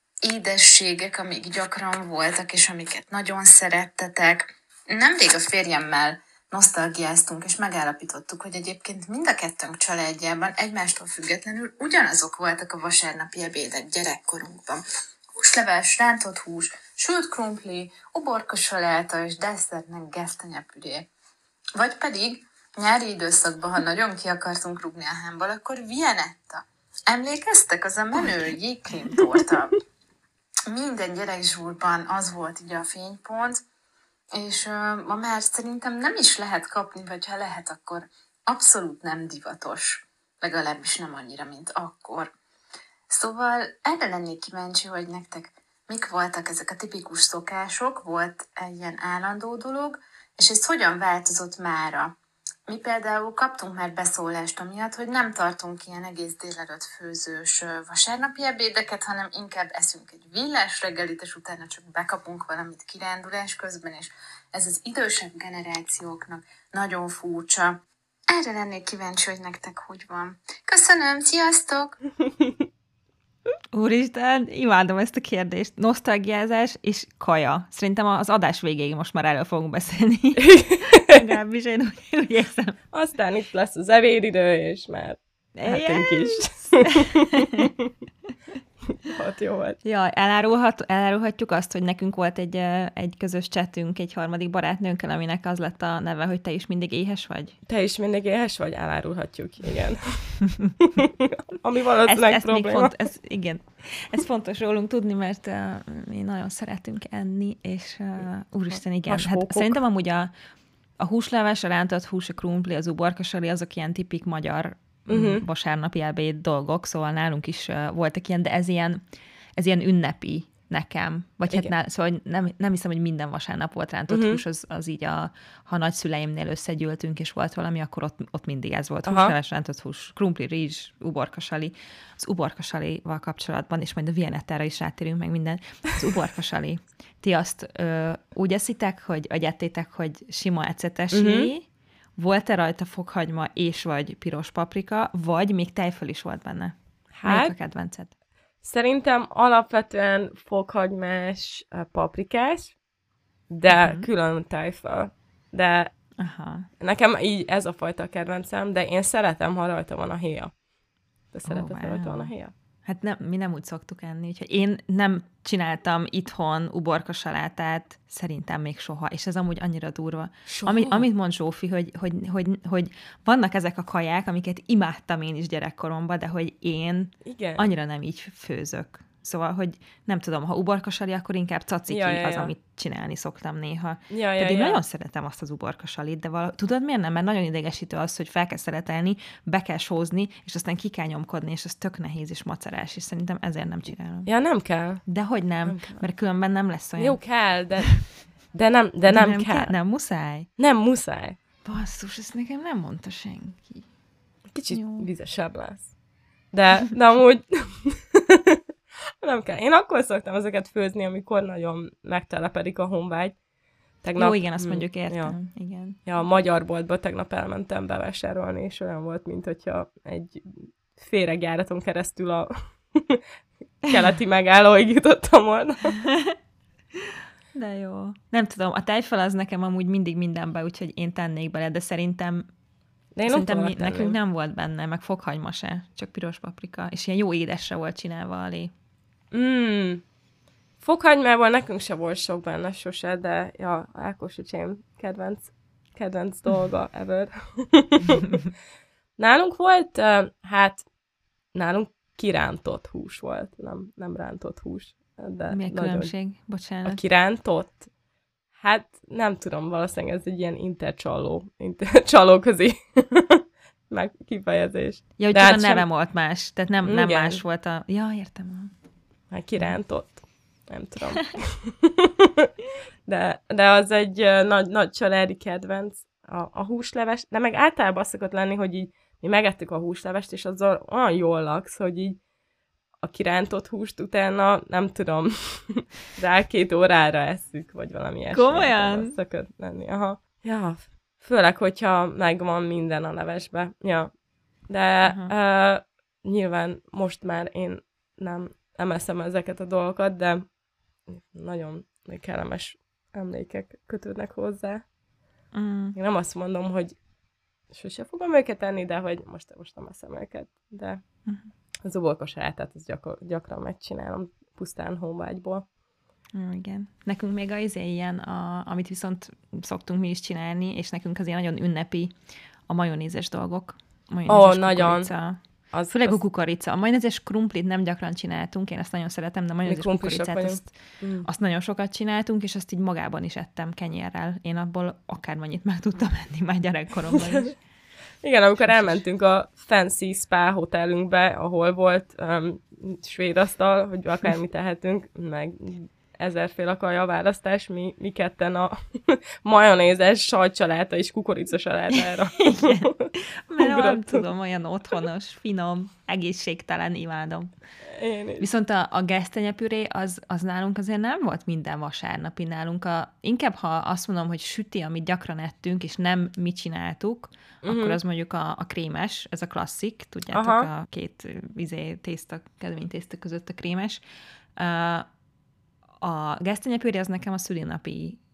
édességek, amik gyakran voltak, és amiket nagyon szerettetek. Nemrég a férjemmel nosztalgiáztunk, és megállapítottuk, hogy egyébként mind a kettőnk családjában egymástól függetlenül ugyanazok voltak a vasárnapi ebédek gyerekkorunkban. Húsleves, rántott hús, sült krumpli, uborka saláta és desszertnek gesztenyepüré. Vagy pedig nyári időszakban, ha nagyon ki akartunk rúgni a hámból, akkor Viennetta. Emlékeztek? Az a menő jégkrémtorta. Minden gyerekzsúrban az volt így a fénypont, és ma már szerintem nem is lehet kapni, vagy ha lehet, akkor abszolút nem divatos. Legalábbis nem annyira, mint akkor. Szóval erre lennék kíváncsi, hogy nektek mik voltak ezek a tipikus szokások, volt egy ilyen állandó dolog, és ez hogyan változott mára? Mi például kaptunk már beszólást amiatt, hogy nem tartunk ilyen egész délelőtt főzős vasárnapi ebédeket, hanem inkább eszünk egy villás reggelit, és utána csak bekapunk valamit kirándulás közben, és ez az idősebb generációknak nagyon furcsa. Erre lennék kíváncsi, hogy nektek hogy van. Köszönöm, sziasztok! Úristen, imádom ezt a kérdést. Nosztalgiázás és kaja. Szerintem az adás végéig most már erről fogunk beszélni. Legalábbis én úgy érzem. Aztán itt lesz az ebédidő, és már lehetünk is. Jó volt. Ja, elárulhatjuk azt, hogy nekünk volt egy közös chatünk egy harmadik barátnőnkkel, aminek az lett a neve, hogy te is mindig éhes vagy? Te is mindig éhes vagy? Elárulhatjuk, igen. Ami valószínűleg probléma. Igen. Ez fontos rólunk tudni, mert mi nagyon szeretünk enni, és úristen, igen. Hát szerintem amúgy a húsleves, a rántott hús, a krumpli, az uborkasali, azok ilyen tipik magyar vasárnapi ebéd dolgok, szóval nálunk is voltak ilyen, de ez ilyen ünnepi nekem. Vagy igen. Hát szóval nem hiszem, hogy minden vasárnap volt rántott hús, az így ha nagyszüleimnél összegyűltünk, és volt valami, akkor ott mindig ez volt. Húsleves, rántott hús, krumpli, rizs, uborkasali. Az uborkasalival kapcsolatban, és majd a Vienettára is rátérünk meg minden. Az uborkasali. Ti azt úgy eszitek, vagy ettétek, hogy sima ecetesé, volt-e rajta fokhagyma és vagy piros paprika, vagy még tejföl is volt benne? Melyik a kedvenced? Szerintem alapvetően fokhagymás, paprikás, de külön tejföl. De nekem így ez a fajta kedvencem, de én szeretem, ha rajta van a héja. Te szereted, ha rajta van a héja? Hát mi nem úgy szoktuk enni, úgyhogy én nem csináltam itthon uborkasalátát, szerintem még soha, és ez amúgy annyira durva. Amit mond Zsófi, hogy vannak ezek a kaják, amiket imádtam én is gyerekkoromban, de hogy én annyira nem így főzök. Szóval, hogy nem tudom, ha uborkasali, akkor inkább caciki az, amit csinálni szoktam néha. Én nagyon szeretem azt az uborkasalit, de tudod miért nem? Mert nagyon idegesítő az, hogy fel kell szeretelni, be kell sózni, és aztán ki kell nyomkodni, és az tök nehéz és macerás, és szerintem ezért nem csinálom. Ja, nem kell. Dehogy nem mert különben nem lesz olyan. Jó, kell, de nem kell. Nem muszáj? Nem muszáj. Basszus, ezt nekem nem mondta senki. Kicsit vizesebb lesz. De amúgy... Nem kell. Én akkor szoktam ezeket főzni, amikor nagyon megtelepedik a honvágy. Jó, igen, azt mondjuk értem. Igen. Ja, a magyar boltba tegnap elmentem bevásárolni, és olyan volt, mint hogyha egy féregjáraton keresztül a keleti megállóig jutottam volna. De jó. Nem tudom, a tejfel az nekem amúgy mindig mindenbe, úgyhogy én tennék bele, de szerintem nekünk nem volt benne, meg fokhagyma se, csak piros paprika, és ilyen jó édesre volt csinálva alé. Fokhagymával nekünk se volt sok benne sose, de ja, Ákos öcsém kedvenc dolga ever. Nálunk volt, nálunk kirántott hús volt, nem rántott hús. De mi a különbség? Bocsánat. A kirántott? Hát nem tudom, valószínűleg ez egy ilyen intercsalóközi meg kifejezés. Ja, hogy csak a neve volt más, tehát nem más volt a... Ja, értem. Hát kirántott. Nem tudom. de az egy nagy családi kedvenc. A húsleves, de meg általában az szokott lenni, hogy így mi megettük a húslevest, és azzal olyan jól laksz, hogy így a kirántott húst utána, nem tudom, rá 2 órára esszük, vagy valami ilyesmi. Komolyan? Szokott lenni, aha. Ja, főleg, hogyha megvan minden a levesbe. Ja. De nyilván most már én nem eszem ezeket a dolgokat, de nagyon kellemes emlékek kötődnek hozzá. Én nem azt mondom, hogy sose fogom őket enni, de hogy most nem eszem őket. De az uborkasalátát azt gyakran megcsinálom, pusztán honvágyból. Igen. Nekünk még ilyen, amit viszont szoktunk mi is csinálni, és nekünk az ilyen nagyon ünnepi a majonézes dolgok. Nagyon. Főleg a kukorica. A majonézes krumplit nem gyakran csináltunk, én ezt nagyon szeretem, de a majonézes kukoricát azt nagyon sokat csináltunk, és azt így magában is ettem kenyérrel. Én abból akármennyit meg tudtam enni már gyerekkoromban is. Igen, amikor elmentünk a fancy spa hotelünkbe, ahol volt svéd asztal, hogy akármit tehetünk, meg 1000-féle kaja választás, mi ketten a majonézes sajtsaláta és kukoricasalátára. Igen, mert nem tudom, olyan otthonos, finom, egészségtelen, imádom. Én is. Viszont a gesztenyepüré az nálunk azért nem volt minden vasárnapi nálunk. Inkább, ha azt mondom, hogy süti, amit gyakran ettünk, és nem mi csináltuk, akkor az mondjuk a krémes, ez a klasszik, tudjátok, a két kedvény-tészta között a krémes. A gesztenyepüré az nekem a szülinapi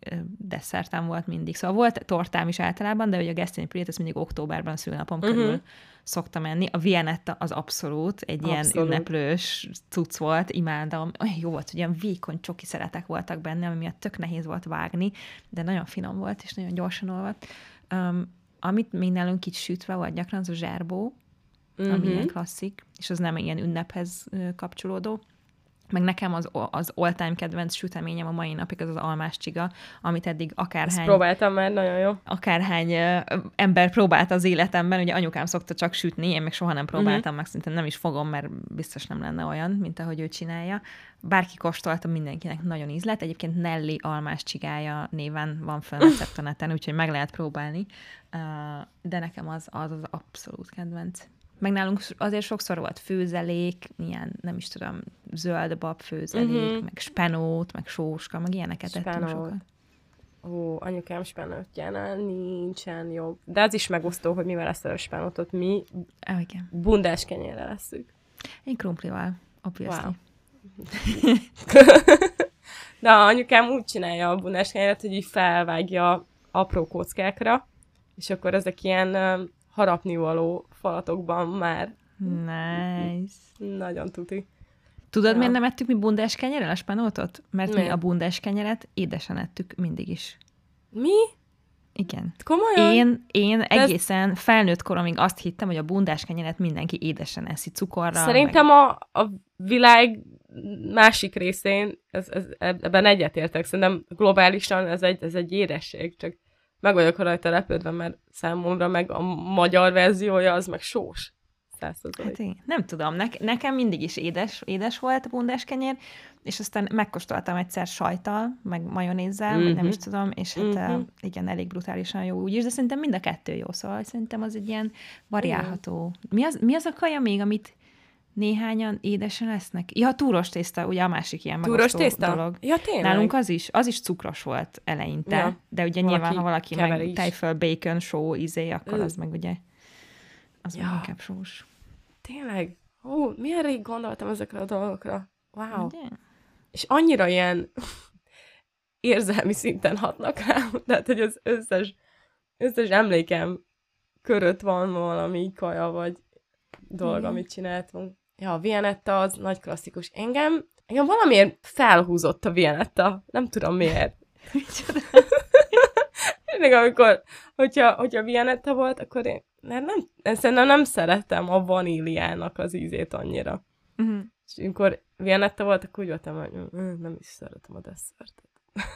desszertem volt mindig. Szóval volt tortám is általában, de ugye a gesztenyi pürét, ezt mindig októberben szülnapom körül szoktam enni. A Viennetta az abszolút egy ilyen ünneplős cucc volt, imádom. Olyan jó volt, hogy ilyen vékony csoki szeletek voltak benne, ami miatt tök nehéz volt vágni, de nagyon finom volt, és nagyon gyorsan olvadt. Amit még nálunk itt sütve volt gyakran, az a zsárbó, ami ilyen klasszik, és az nem ilyen ünnephez kapcsolódó. Meg nekem az all-time kedvenc süteményem a mai napig az almás csiga, amit eddig akárhány... Ezt próbáltam már, nagyon jó. Akárhány ember próbálta az életemben, ugye anyukám szokta csak sütni, én még soha nem próbáltam, meg szerintem nem is fogom, mert biztos nem lenne olyan, mint ahogy ő csinálja. Bárki kóstolta, mindenkinek nagyon ízlet. Egyébként Nelly almás csigája néven van fönn a receptoneten, úgyhogy meg lehet próbálni. De nekem az abszolút kedvenc. Meg nálunk azért sokszor volt főzelék, ilyen, nem is tudom, zöldbab főzelék, meg spenót, meg sóska, meg ilyeneket ettünk sokat. Ó, anyukám spenótjánál nincsen jobb. De az is megosztó, hogy mivel lesz a spenótot. Mi bundás kenyérrel leszünk. Én krumplival, obviously. Wow. De anyukám úgy csinálja a bundás kenyeret, hogy így felvágja apró kockákra, és akkor ezek ilyen harapnivaló falatokban már. Nice. Nagyon tuti. Tudod, miért nem ettük mi bundás kenyerrel a spenótot? Mert mi a bundás kenyeret édesen ettük mindig is. Mi? Igen. Komolyan? Én egészen felnőtt koromig azt hittem, hogy a bundás kenyeret mindenki édesen eszi cukorral. Szerintem a világ másik részén ebben egyetértek. Szerintem globálisan ez egy édesség, csak meg vagyok rajta lepődve, mert számomra meg a magyar verziója az meg sós. 100%. Hát én nem tudom, nekem mindig is édes volt a bundás kenyér, és aztán megkóstoltam egyszer sajttal, meg majonézzel, vagy nem is tudom, és hát igen, elég brutálisan jó úgy is, de szerintem mind a kettő jó, szóval szerintem az egy ilyen variálható. Mi az a kaja még, amit néhányan édesen lesznek? Ja, túros tészta, ugye a másik ilyen megosztó dolog. Ja, tényleg? Nálunk az is cukros volt eleinte, ja. De ugye nyilván, ha valaki meg tejföl, bacon, só, akkor az meg ugye, az meg inkább sós. Tényleg? Milyen rég gondoltam ezekre a dolgokra. Wow. Ugye? És annyira ilyen érzelmi szinten hatnak rám, tehát, hogy az összes emlékem körött van valami kaja, vagy dolog, amit csináltunk. Ja, a Viennetta az nagy klasszikus. Engem valamiért felhúzott a Viennetta. Nem tudom miért. Amikor, hogyha Viennetta volt, akkor én szerintem nem szerettem a vaníliának az ízét annyira. És amikor Viennetta volt, akkor úgy voltam, hogy nem is szeretem a desszertet.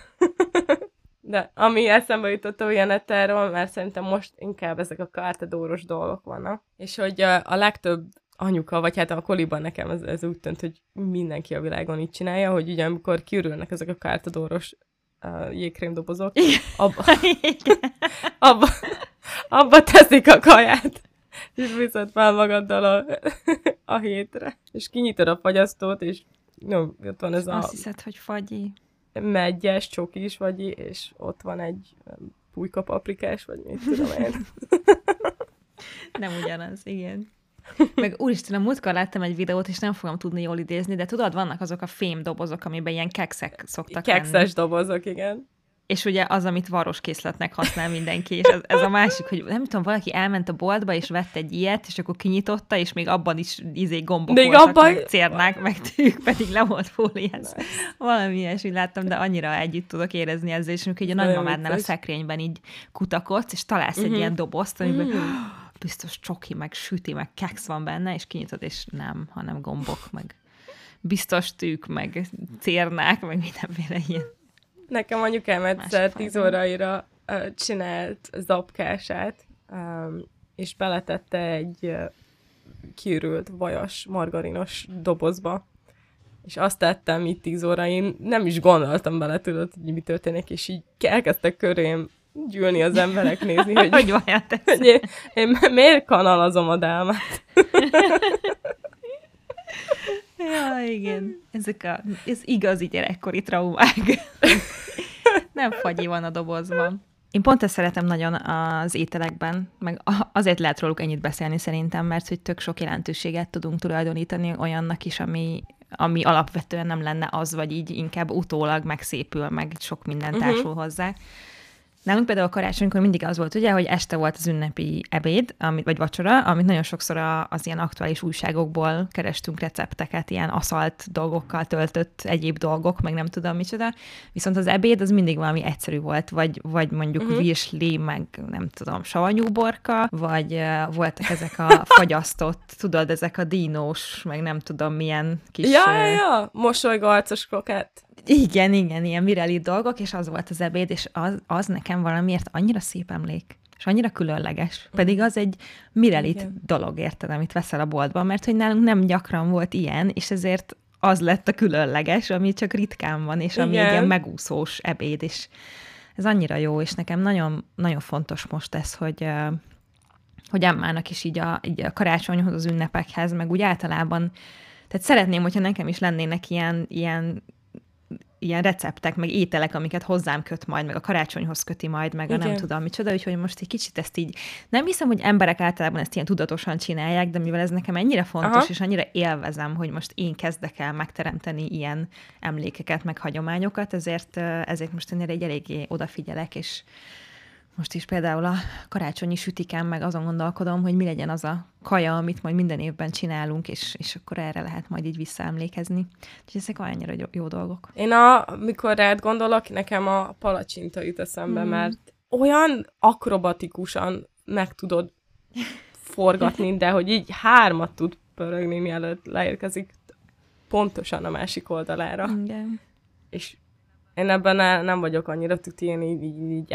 De ami eszembe jutott a Viennettáról, mert szerintem most inkább ezek a kártadóros dolgok vannak. És hogy a legtöbb anyuka, vagy hát a koliban nekem ez úgy tűnt, hogy mindenki a világon így csinálja, hogy ugye amikor kiürülnek ezek a kártadóros jégkrémdobozok, abba teszik a kaját, és viszed fel magaddal a hétre. És kinyitod a fagyasztót, és ott van ez Azt hiszed, hogy fagyi. Meggyes, csokis vagyi, és ott van egy pulykapaprikás, vagy mit tudom én. Nem ugyanaz, igen. Meg úristen, a múltkor láttam egy videót, és nem fogom tudni jól idézni, de tudod, vannak azok a fém dobozok, amiben ilyen kekszek szoktak Kekszes lenni. Dobozok, igen. És ugye az, amit varoskészletnek használ mindenki, és ez a másik, hogy nem tudom, valaki elment a boltba, és vett egy ilyet, és akkor kinyitotta, és még abban is gombok még voltak, abban... meg cérnák, meg tűk, pedig le volt fóliáz. Valami ilyesmit láttam, de annyira együtt tudok érezni ezzel, és amikor így a nagymamádnál a szekrényben így kutakodsz, és találsz egy ilyen dobozt, amiben biztos csoki, meg süti, meg keksz van benne, és kinyitod, és nem, hanem gombok, meg biztos tűk, meg cérnák, meg mindenféle ilyen. Nekem anyukám egyszer 10 óraira csinált zapkását, és beletette egy kiürült vajas, margarinos dobozba. És azt tettem itt 10 órain, nem is gondoltam bele, tudod, hogy mi történik, és így elkezdtek körém gyűlni az emberek nézni, hogy én miért kanalazom a dálmát. Ja, igen. Ez igazi gyerekkori traumák. Nem fagyi van a dobozban. Én pont ezt szeretem nagyon az ételekben, meg azért lehet róluk ennyit beszélni szerintem, mert hogy tök sok jelentőséget tudunk tulajdonítani olyannak is, ami ami alapvetően nem lenne az, vagy így inkább utólag megszépül, meg sok minden társul hozzá. Nálunk például a karácsonykor mindig az volt, ugye, hogy este volt az ünnepi ebéd, vagy vacsora, amit nagyon sokszor az ilyen aktuális újságokból kerestünk recepteket, ilyen aszalt dolgokkal töltött egyéb dolgok, meg nem tudom micsoda. Viszont az ebéd az mindig valami egyszerű volt, vagy mondjuk virsli, meg nem tudom, savanyúborka, vagy voltak ezek a fagyasztott, tudod, ezek a dínós, meg nem tudom milyen kis... Ja, mosolygarcos krokett. Igen, ilyen vireli dolgok, és az volt az ebéd, és az nekem valamiért annyira szép emlék, és annyira különleges. Pedig az egy mirelit dolog, érted, amit veszel a boltban, mert hogy nálunk nem gyakran volt ilyen, és ezért az lett a különleges, ami csak ritkán van, és ami egy ilyen megúszós ebéd, és ez annyira jó, és nekem nagyon, nagyon fontos most ez, hogy Emmának is így a karácsonyhoz, az ünnepekhez, meg úgy általában, tehát szeretném, hogyha nekem is lennének ilyen receptek, meg ételek, amiket hozzám köt majd, meg a karácsonyhoz köti majd, meg a nem tudom micsoda, úgyhogy most egy kicsit ezt így, nem hiszem, hogy emberek általában ezt ilyen tudatosan csinálják, de mivel ez nekem ennyire fontos, és annyira élvezem, hogy most én kezdek el megteremteni ilyen emlékeket, meg hagyományokat, ezért most ennél egy eléggé odafigyelek, és most is például a karácsonyi sütikán meg azon gondolkodom, hogy mi legyen az a kaja, amit majd minden évben csinálunk, és akkor erre lehet majd így visszaemlékezni. Úgyhogy ezek annyira jó dolgok. Én amikor rád gondolok, nekem a palacsinta jut eszembe, mert olyan akrobatikusan meg tudod forgatni, de hogy így 3 tud pörögni, mielőtt leérkezik pontosan a másik oldalára. Igen. És én ebben nem vagyok annyira tuti, én így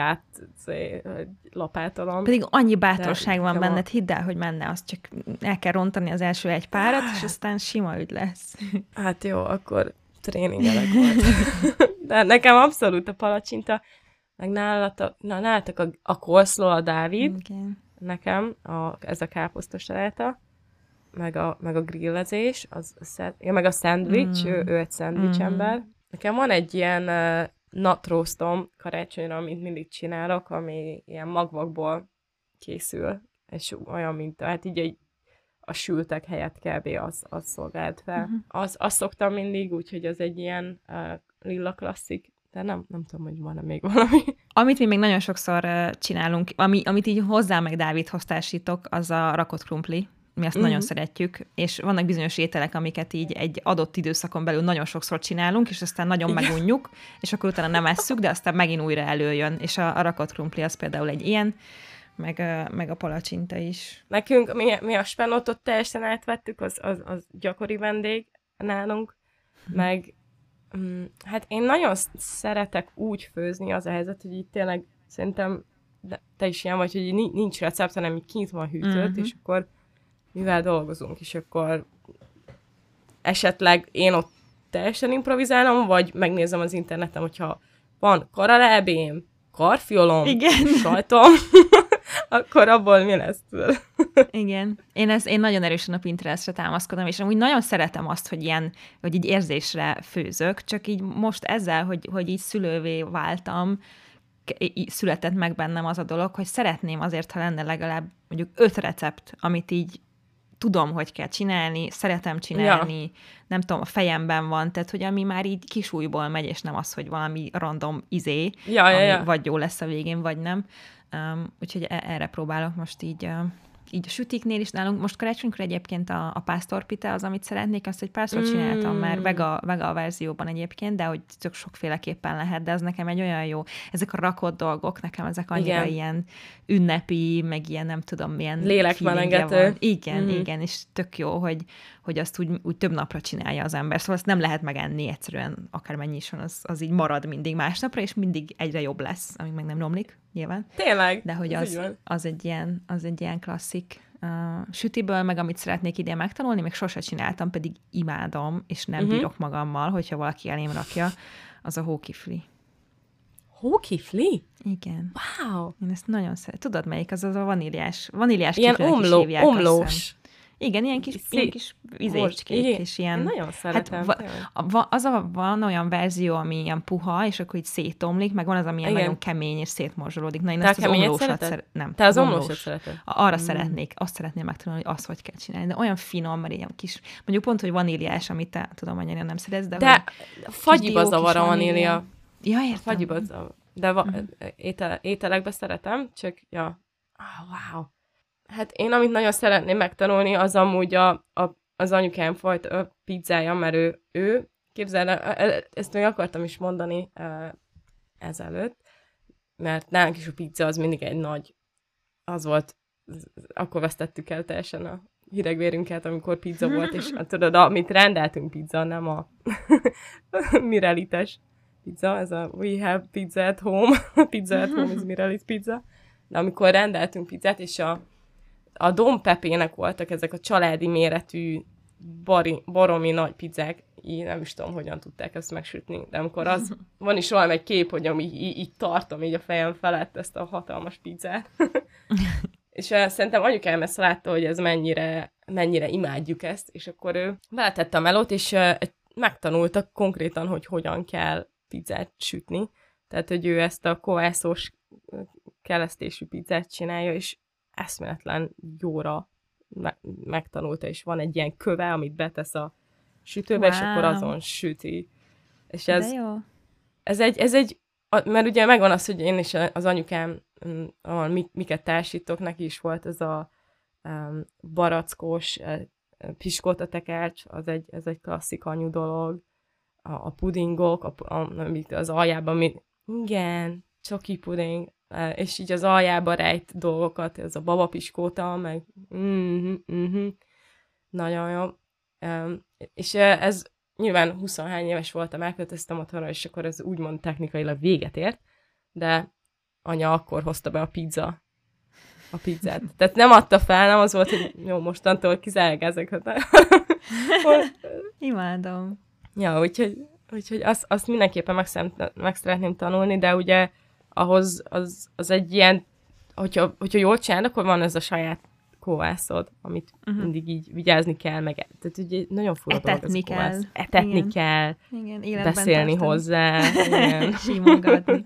lapátolom. Pedig annyi bátorság van benned, hidd el, hogy menne, azt csak el kell rontani az első egy párat, és aztán sima ügy lesz. Hát jó, akkor tréningelek volt. De nekem abszolút a palacsinta, meg nálatok a coleslaw, a Dávid, nekem ez a káposztos saláta, meg a grillezés, meg a szendvics, ő egy szendvics ember. Nekem van egy ilyen nut roastom karácsonyra, amit mindig csinálok, ami ilyen magvakból készül, és olyan, mint hát így a sültek helyett kb. Az szolgált fel. Azt szoktam mindig, úgyhogy az egy ilyen lilla klasszik, de nem tudom, hogy van-e még valami. Amit mi még nagyon sokszor csinálunk, amit így hozzá meg Dávidhoz társítok, az a rakott krumpli. Mi azt nagyon szeretjük, és vannak bizonyos ételek, amiket így egy adott időszakon belül nagyon sokszor csinálunk, és aztán nagyon megunjuk, és akkor utána nem esszük, de aztán megint újra előjön. És a rakott krumpli az például egy ilyen, meg a palacsinta is. Nekünk, mi a spenótot teljesen átvettük, az gyakori vendég nálunk, meg hát én nagyon szeretek úgy főzni, az a helyzet, hogy itt tényleg szerintem te is ilyen vagy, hogy nincs recept, hanem így kint van hűtőt, és akkor mivel dolgozunk, és akkor esetleg én ott teljesen improvizálom, vagy megnézem az interneten, hogyha van karalábém, karfiolom, sajtom, akkor abból mi lesz? Igen. Én nagyon erősen a Pinterestre támaszkodom, és amúgy nagyon szeretem azt, hogy így érzésre főzök, csak így most ezzel, hogy így szülővé váltam, született meg bennem az a dolog, hogy szeretném azért, ha lenne legalább mondjuk 5 recept, amit így tudom, hogy kell csinálni, szeretem csinálni, nem tudom, a fejemben van, tehát, hogy ami már így kisújból megy, és nem az, hogy valami random ami vagy jó lesz a végén, vagy nem. Úgyhogy erre próbálok most így a sütiknél is nálunk. Most karácsonykor egyébként a pásztorpite az, amit szeretnék, azt egy párszor csináltam már vega verzióban egyébként, de hogy tök sokféleképpen lehet, de az nekem egy olyan jó. Ezek a rakott dolgok, nekem ezek annyira ilyen ünnepi, meg ilyen nem tudom milyen lélekmelengető. Igen, és tök jó, hogy azt úgy több napra csinálja az ember. Szóval azt nem lehet megenni egyszerűen, akármennyi is van, az így marad mindig másnapra, és mindig egyre jobb lesz, amíg meg nem romlik, nyilván. Tényleg? De hogy az egy ilyen klasszik sütiből, meg amit szeretnék idén megtanulni, még sose csináltam, pedig imádom, és nem bírok magammal, hogyha valaki elém rakja, az a hókifli. Hókifli? Igen. Wow! Én ezt nagyon szeretem. Tudod, melyik? Az a vaníliás ilyen kiflinek is hívják. Omlós. Igen, ilyen kis izécskék, és ilyen... Én nagyon szeretem. Van olyan verzió, ami ilyen puha, és akkor így szétomlik, meg van az, ami ilyen nagyon kemény, és szétmorzsolódik. Na, én ezt az omlósat nem. Te az omlósat szereted? Arra azt szeretném megtanulni, hogy azt hogy kell csinálni. De olyan finom, mert ilyen kis... Mondjuk pont, hogy vaníliás, amit te tudom, annyira nem szeretsz, de fagyiba zavar a vanília. Ja, értem. Fagyiba zavar. De ételekben szeretem, csak wow. Hát én, amit nagyon szeretném megtanulni, az amúgy az anyukám fajta pizzája, mert ő képzeld, ezt még akartam is mondani ezelőtt, mert nálunk is a pizza az mindig egy nagy, az volt, akkor vesztettük el teljesen a hidegvérünket, amikor pizza volt, és tudod, amit rendeltünk pizza, nem a Mirelites pizza, ez a we have pizza at home, pizza at home is Mirelis pizza, de amikor rendeltünk pizzát, és a Don Pepének voltak ezek a családi méretű baromi nagy pizzák, így nem is tudom, hogyan tudták ezt megsütni, de amikor az, van is valami egy kép, hogy így tartom így a fejem felett ezt a hatalmas pizzát. És szerintem anyukám ezt látta, hogy ez mennyire imádjuk ezt, és akkor ő beletette a melót, és megtanulta konkrétan, hogy hogyan kell pizzát sütni. Tehát, hogy ő ezt a kovászós kelesztésű pizzát csinálja, és eszméletlen jóra megtanulta, és van egy ilyen köve, amit betesz a sütőbe, és akkor azon süti. És ez egy, mert ugye megvan az, hogy én is az anyukám, miket társítok, neki is volt ez a barackos piskótatekercs, ez egy klasszik anyu dolog, a pudingok, az aljában, igen, csoki puding, és így az aljába rejt dolgokat, ez a babapiskóta, meg nagyon jó. És ez nyilván 20-hány éves voltam, elköltöztem otthonra, és akkor ez úgymond technikailag véget ért, de anya akkor hozta be a pizzát. Tehát nem adta fel, nem az volt, hogy jó, mostantól kizárják ezeket. Imádom. Ja, úgyhogy azt mindenképpen meg szeretném tanulni, de ugye ahhoz az egy ilyen, hogyha jól csinálod, akkor van ez a saját kovászod, amit mindig így vigyázni kell, meg tehát ugye nagyon fura dolog az a kovász. Etetni kell, beszélni hozzá. Simogatni.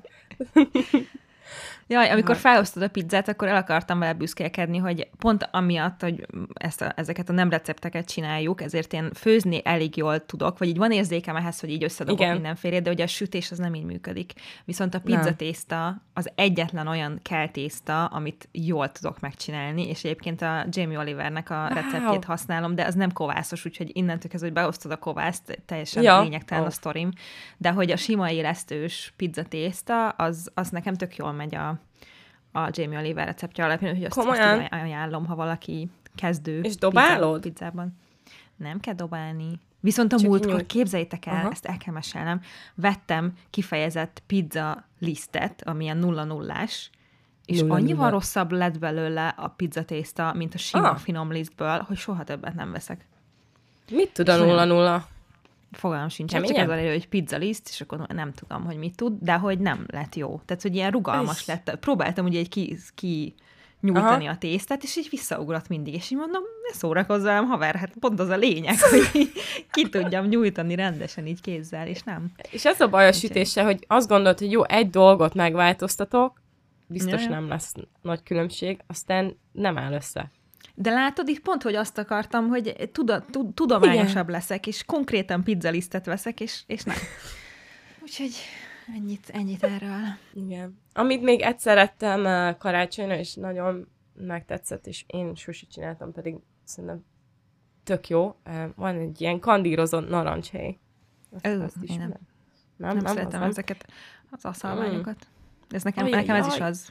Jaj, amikor felhoztad a pizzát, akkor el akartam vele büszkélkedni, hogy pont amiatt, hogy ezeket a nem recepteket csináljuk, ezért én főzni elég jól tudok, vagy így van érzékem ehhez, hogy így összedobok mindenfélét, de ugye a sütés az nem így működik. Viszont a pizzatészta az egyetlen olyan keltészta, amit jól tudok megcsinálni, és egyébként a Jamie Olivernek a receptjét használom, de az nem kovászos, úgyhogy innentől kezdve, hogy beosztod a kovászt, teljesen lényegtelen a sztorim, de hogy a sima élesztős pizzatészta, az nekem tök jól megy a Jamie Oliver receptje alapján, hogy azt ajánlom, ha valaki kezdő. És dobálod? Pizzában. Nem kell dobálni. Viszont a múltkor, képzeljétek el, ezt el kell mesélnem, vettem kifejezett pizza lisztet, amilyen 0-0-ás, és annyival rosszabb lett belőle a pizzatészta, mint a sima finom lisztből, hogy soha többet nem veszek. Mit tud a 0-0? Fogalmam sincs. Csak az elő, hogy pizzaliszt, és akkor nem tudom, hogy mit tud, de hogy nem lett jó. Tehát, hogy ilyen rugalmas lett. Próbáltam ugye egy nyújtani a tésztát, és így visszaugrott mindig. És így mondom, ne szórakozz velem, haver, hát pont az a lényeg, hogy ki tudjam nyújtani rendesen így kézzel, és nem. És ez a baj a sütéssel, hogy azt gondolod, hogy jó, egy dolgot megváltoztatok, biztos nem lesz nagy különbség, aztán nem áll össze. De látod, itt pont, hogy azt akartam, hogy tudományosabb leszek, és konkrétan pizzalisztet veszek, és nem. Úgyhogy ennyit erről. Igen. Amit még egyszer ettem karácsonyra, és nagyon megtetszett, és én sose csináltam, pedig szerintem tök jó. Van egy ilyen kandírozott narancshéj. Azt is nem szeretem ezeket az aszalmányokat. Ez nekem ez is az.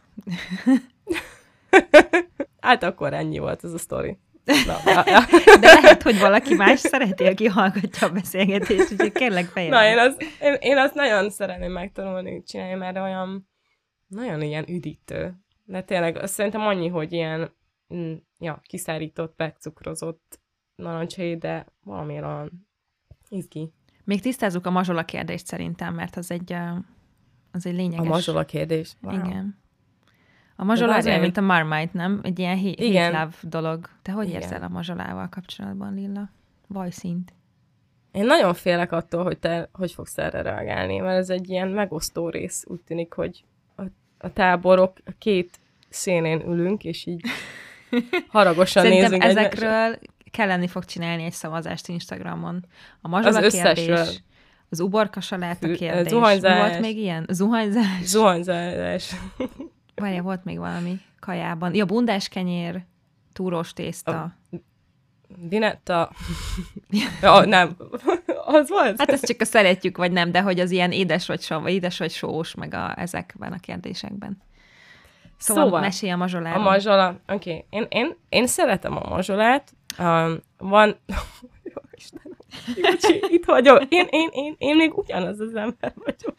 Hát akkor ennyi volt ez a sztori. De lehet, hogy valaki más szereti, aki hallgatja a beszélgetést, úgyhogy kérlek fejlődj. Na, én azt nagyon szeretném megtanulni csinálni, mert olyan nagyon ilyen üdítő. De tényleg azt szerintem annyi, hogy ilyen kiszárított, megcukrozott narancshéj, de valamiért olyan izgi. Még tisztázzuk a mazsola kérdést szerintem, mert az egy lényeges. A mazsola kérdés? Wow. Igen. A mazsola az olyan, várjál. mint a Marmite, nem? Egy ilyen Igen. hate love dolog. Te hogy Igen. érzel a mazsolával kapcsolatban, Lilla? Vajszint. Én nagyon félek attól, hogy te hogy fogsz erre reagálni, mert ez egy ilyen megosztó rész. Úgy tűnik, hogy a táborok két szénén ülünk, és így haragosan Szerintem nézünk ezekről kelleni fog csinálni egy szavazást Instagramon. A mazsola Az kérdés, összesről. az uborka saláta kérdés. zuhanyzás. Mi volt még ilyen? Zuhanyzás? Zuhanyzás. Várjál, volt még valami kajában. Ja, bundás kenyér, túrós tészta. Vinetta. Ja, nem. Az volt? Hát ezt csak a szeretjük, vagy nem, de hogy az ilyen édes vagy sós, meg ezekben a kérdésekben. Szóval mesélj a mazsoláról. A mazsola, oké. Én szeretem a mazsolát. Van... Jó, Istenem. Júcsi, itt vagyok. Én még ugyanaz az ember vagyok.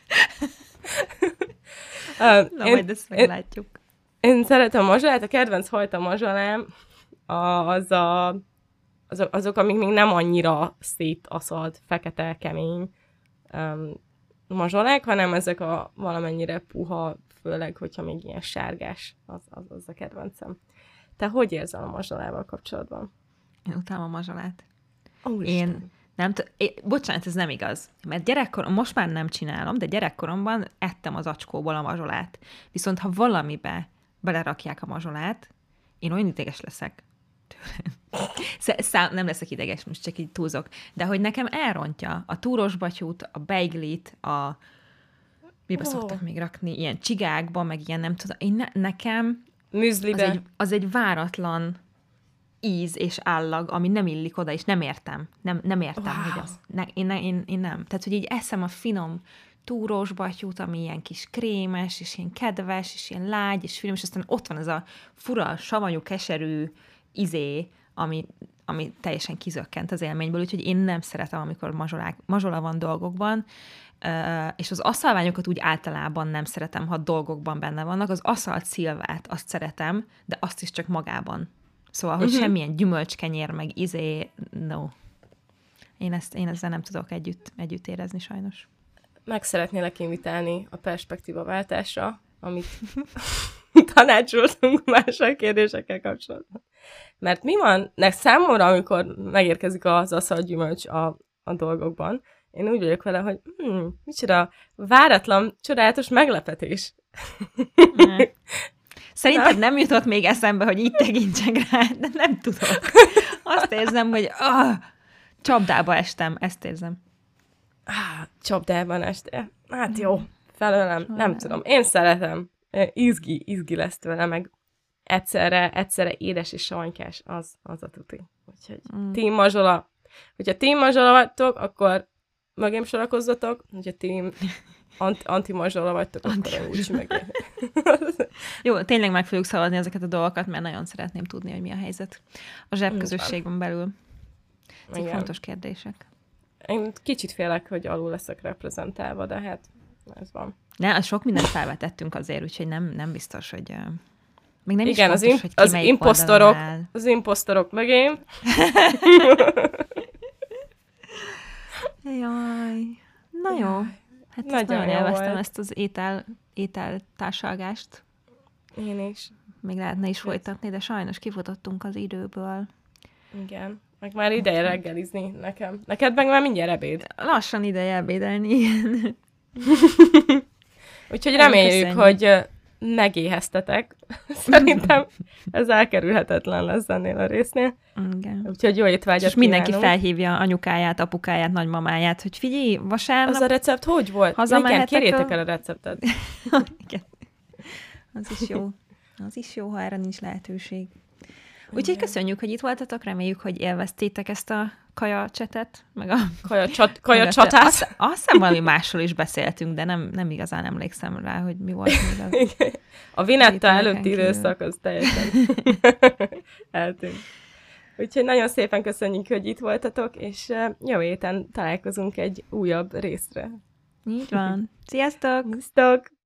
Na, majd ezt meglátjuk. Én szeretem a mazsolát. A kedvenc fajta mazsolám azok, amik még nem annyira szétaszalt, fekete, kemény mazsolák, hanem ezek a valamennyire puha, főleg, hogyha még ilyen sárgás, az a kedvencem. Te hogy érzel a mazsolával kapcsolatban? Én utálom a mazsolát. Úristen. Bocsánat, ez nem igaz. Mert gyerekkorom, most már nem csinálom, de gyerekkoromban ettem az acskóból a mazsolát. Viszont ha valamibe belerakják a mazsolát, én olyan ideges leszek. Nem leszek ideges, most csak így túlzok. De hogy nekem elrontja a túros batyút, a beiglit, mibe szoktak még rakni, ilyen csigákban, meg ilyen nem tudom. Nekem Müzlibe. az egy váratlan íz és állag, ami nem illik oda, és nem értem. Nem értem, hogy az. Én nem. Tehát, hogy így eszem a finom túrós batyút, ami ilyen kis krémes, és ilyen kedves, és ilyen lágy, és finom, és aztán ott van ez a fura, savanyú, keserű izé, ami teljesen kizökkent az élményből, úgyhogy én nem szeretem, amikor mazsola van dolgokban, és az aszalványokat úgy általában nem szeretem, ha dolgokban benne vannak. Az aszalt szilvát, azt szeretem, de azt is csak magában. Szóval, hogy semmilyen gyümölcskenyér, meg no. Én ezzel nem tudok együtt érezni, sajnos. Meg szeretnélek invitálni a perspektívaváltásra, amit tanácsoltunk más kérdésekkel kapcsolatban. Mert mi van számomra, amikor megérkezik az aszalgyümölcs a dolgokban, én úgy vagyok vele, hogy micsoda váratlan, csodálatos meglepetés. Szerinted nem jutott még eszembe, hogy így tekintsek rá, de nem tudok. Azt érzem, hogy csapdába estem, ezt érzem. Csapdában este. Hát jó, felőlem, nem tudom. Én szeretem. Izgi lesz tőle, meg egyszerre édes és savanykás, az a tuti. Úgyhogy Team Mazsola. Hogyha Team Mazsola vagytok, akkor mögém sorakozzatok, hogyha Team anti-mazsola vagytok, akkor úgy megérni. Jó, tényleg meg fogjuk szavazni ezeket a dolgokat, mert nagyon szeretném tudni, hogy mi a helyzet a zsebközösségben belül. Ezek fontos kérdések. Én kicsit félek, hogy alul leszek reprezentálva, de hát ez van. Sok mindent felvetettünk azért, úgyhogy nem biztos, hogy... Még nem igen, is fontos, hogy ki melyik az imposztorok mögém. Jaj. Na jó. Hát nagyon élveztem ezt az ételtársalgást. Én is. Még lehetne is folytatni, de sajnos kifutottunk az időből. Igen. Meg már ideje reggelizni nekem. Neked meg már mindjárt ebéd. Lassan ideje ebédelni, igen. Úgyhogy reméljük, hogy megéheztetek. Szerintem ez elkerülhetetlen lesz ennél a résznél. Igen. Úgyhogy jó étvágyat és mindenki felhívja anyukáját, apukáját, nagymamáját, hogy figyelj, vasárnap... Az a recept hogy volt? Igen, kérjétek el a receptet. Igen. Az is jó, ha erre nincs lehetőség. Úgyhogy köszönjük, hogy itt voltatok, reméljük, hogy élveztétek ezt a kaja-csetet, meg a... Kaja-csatát. Azt hiszem valami másról is beszéltünk, de nem igazán emlékszem rá, hogy mi volt még az. A Vinetta előtti időszak az teljesen eltűnt. Úgyhogy nagyon szépen köszönjük, hogy itt voltatok, és jövő héten találkozunk egy újabb részre. Így van. Sziasztok! Sziasztok!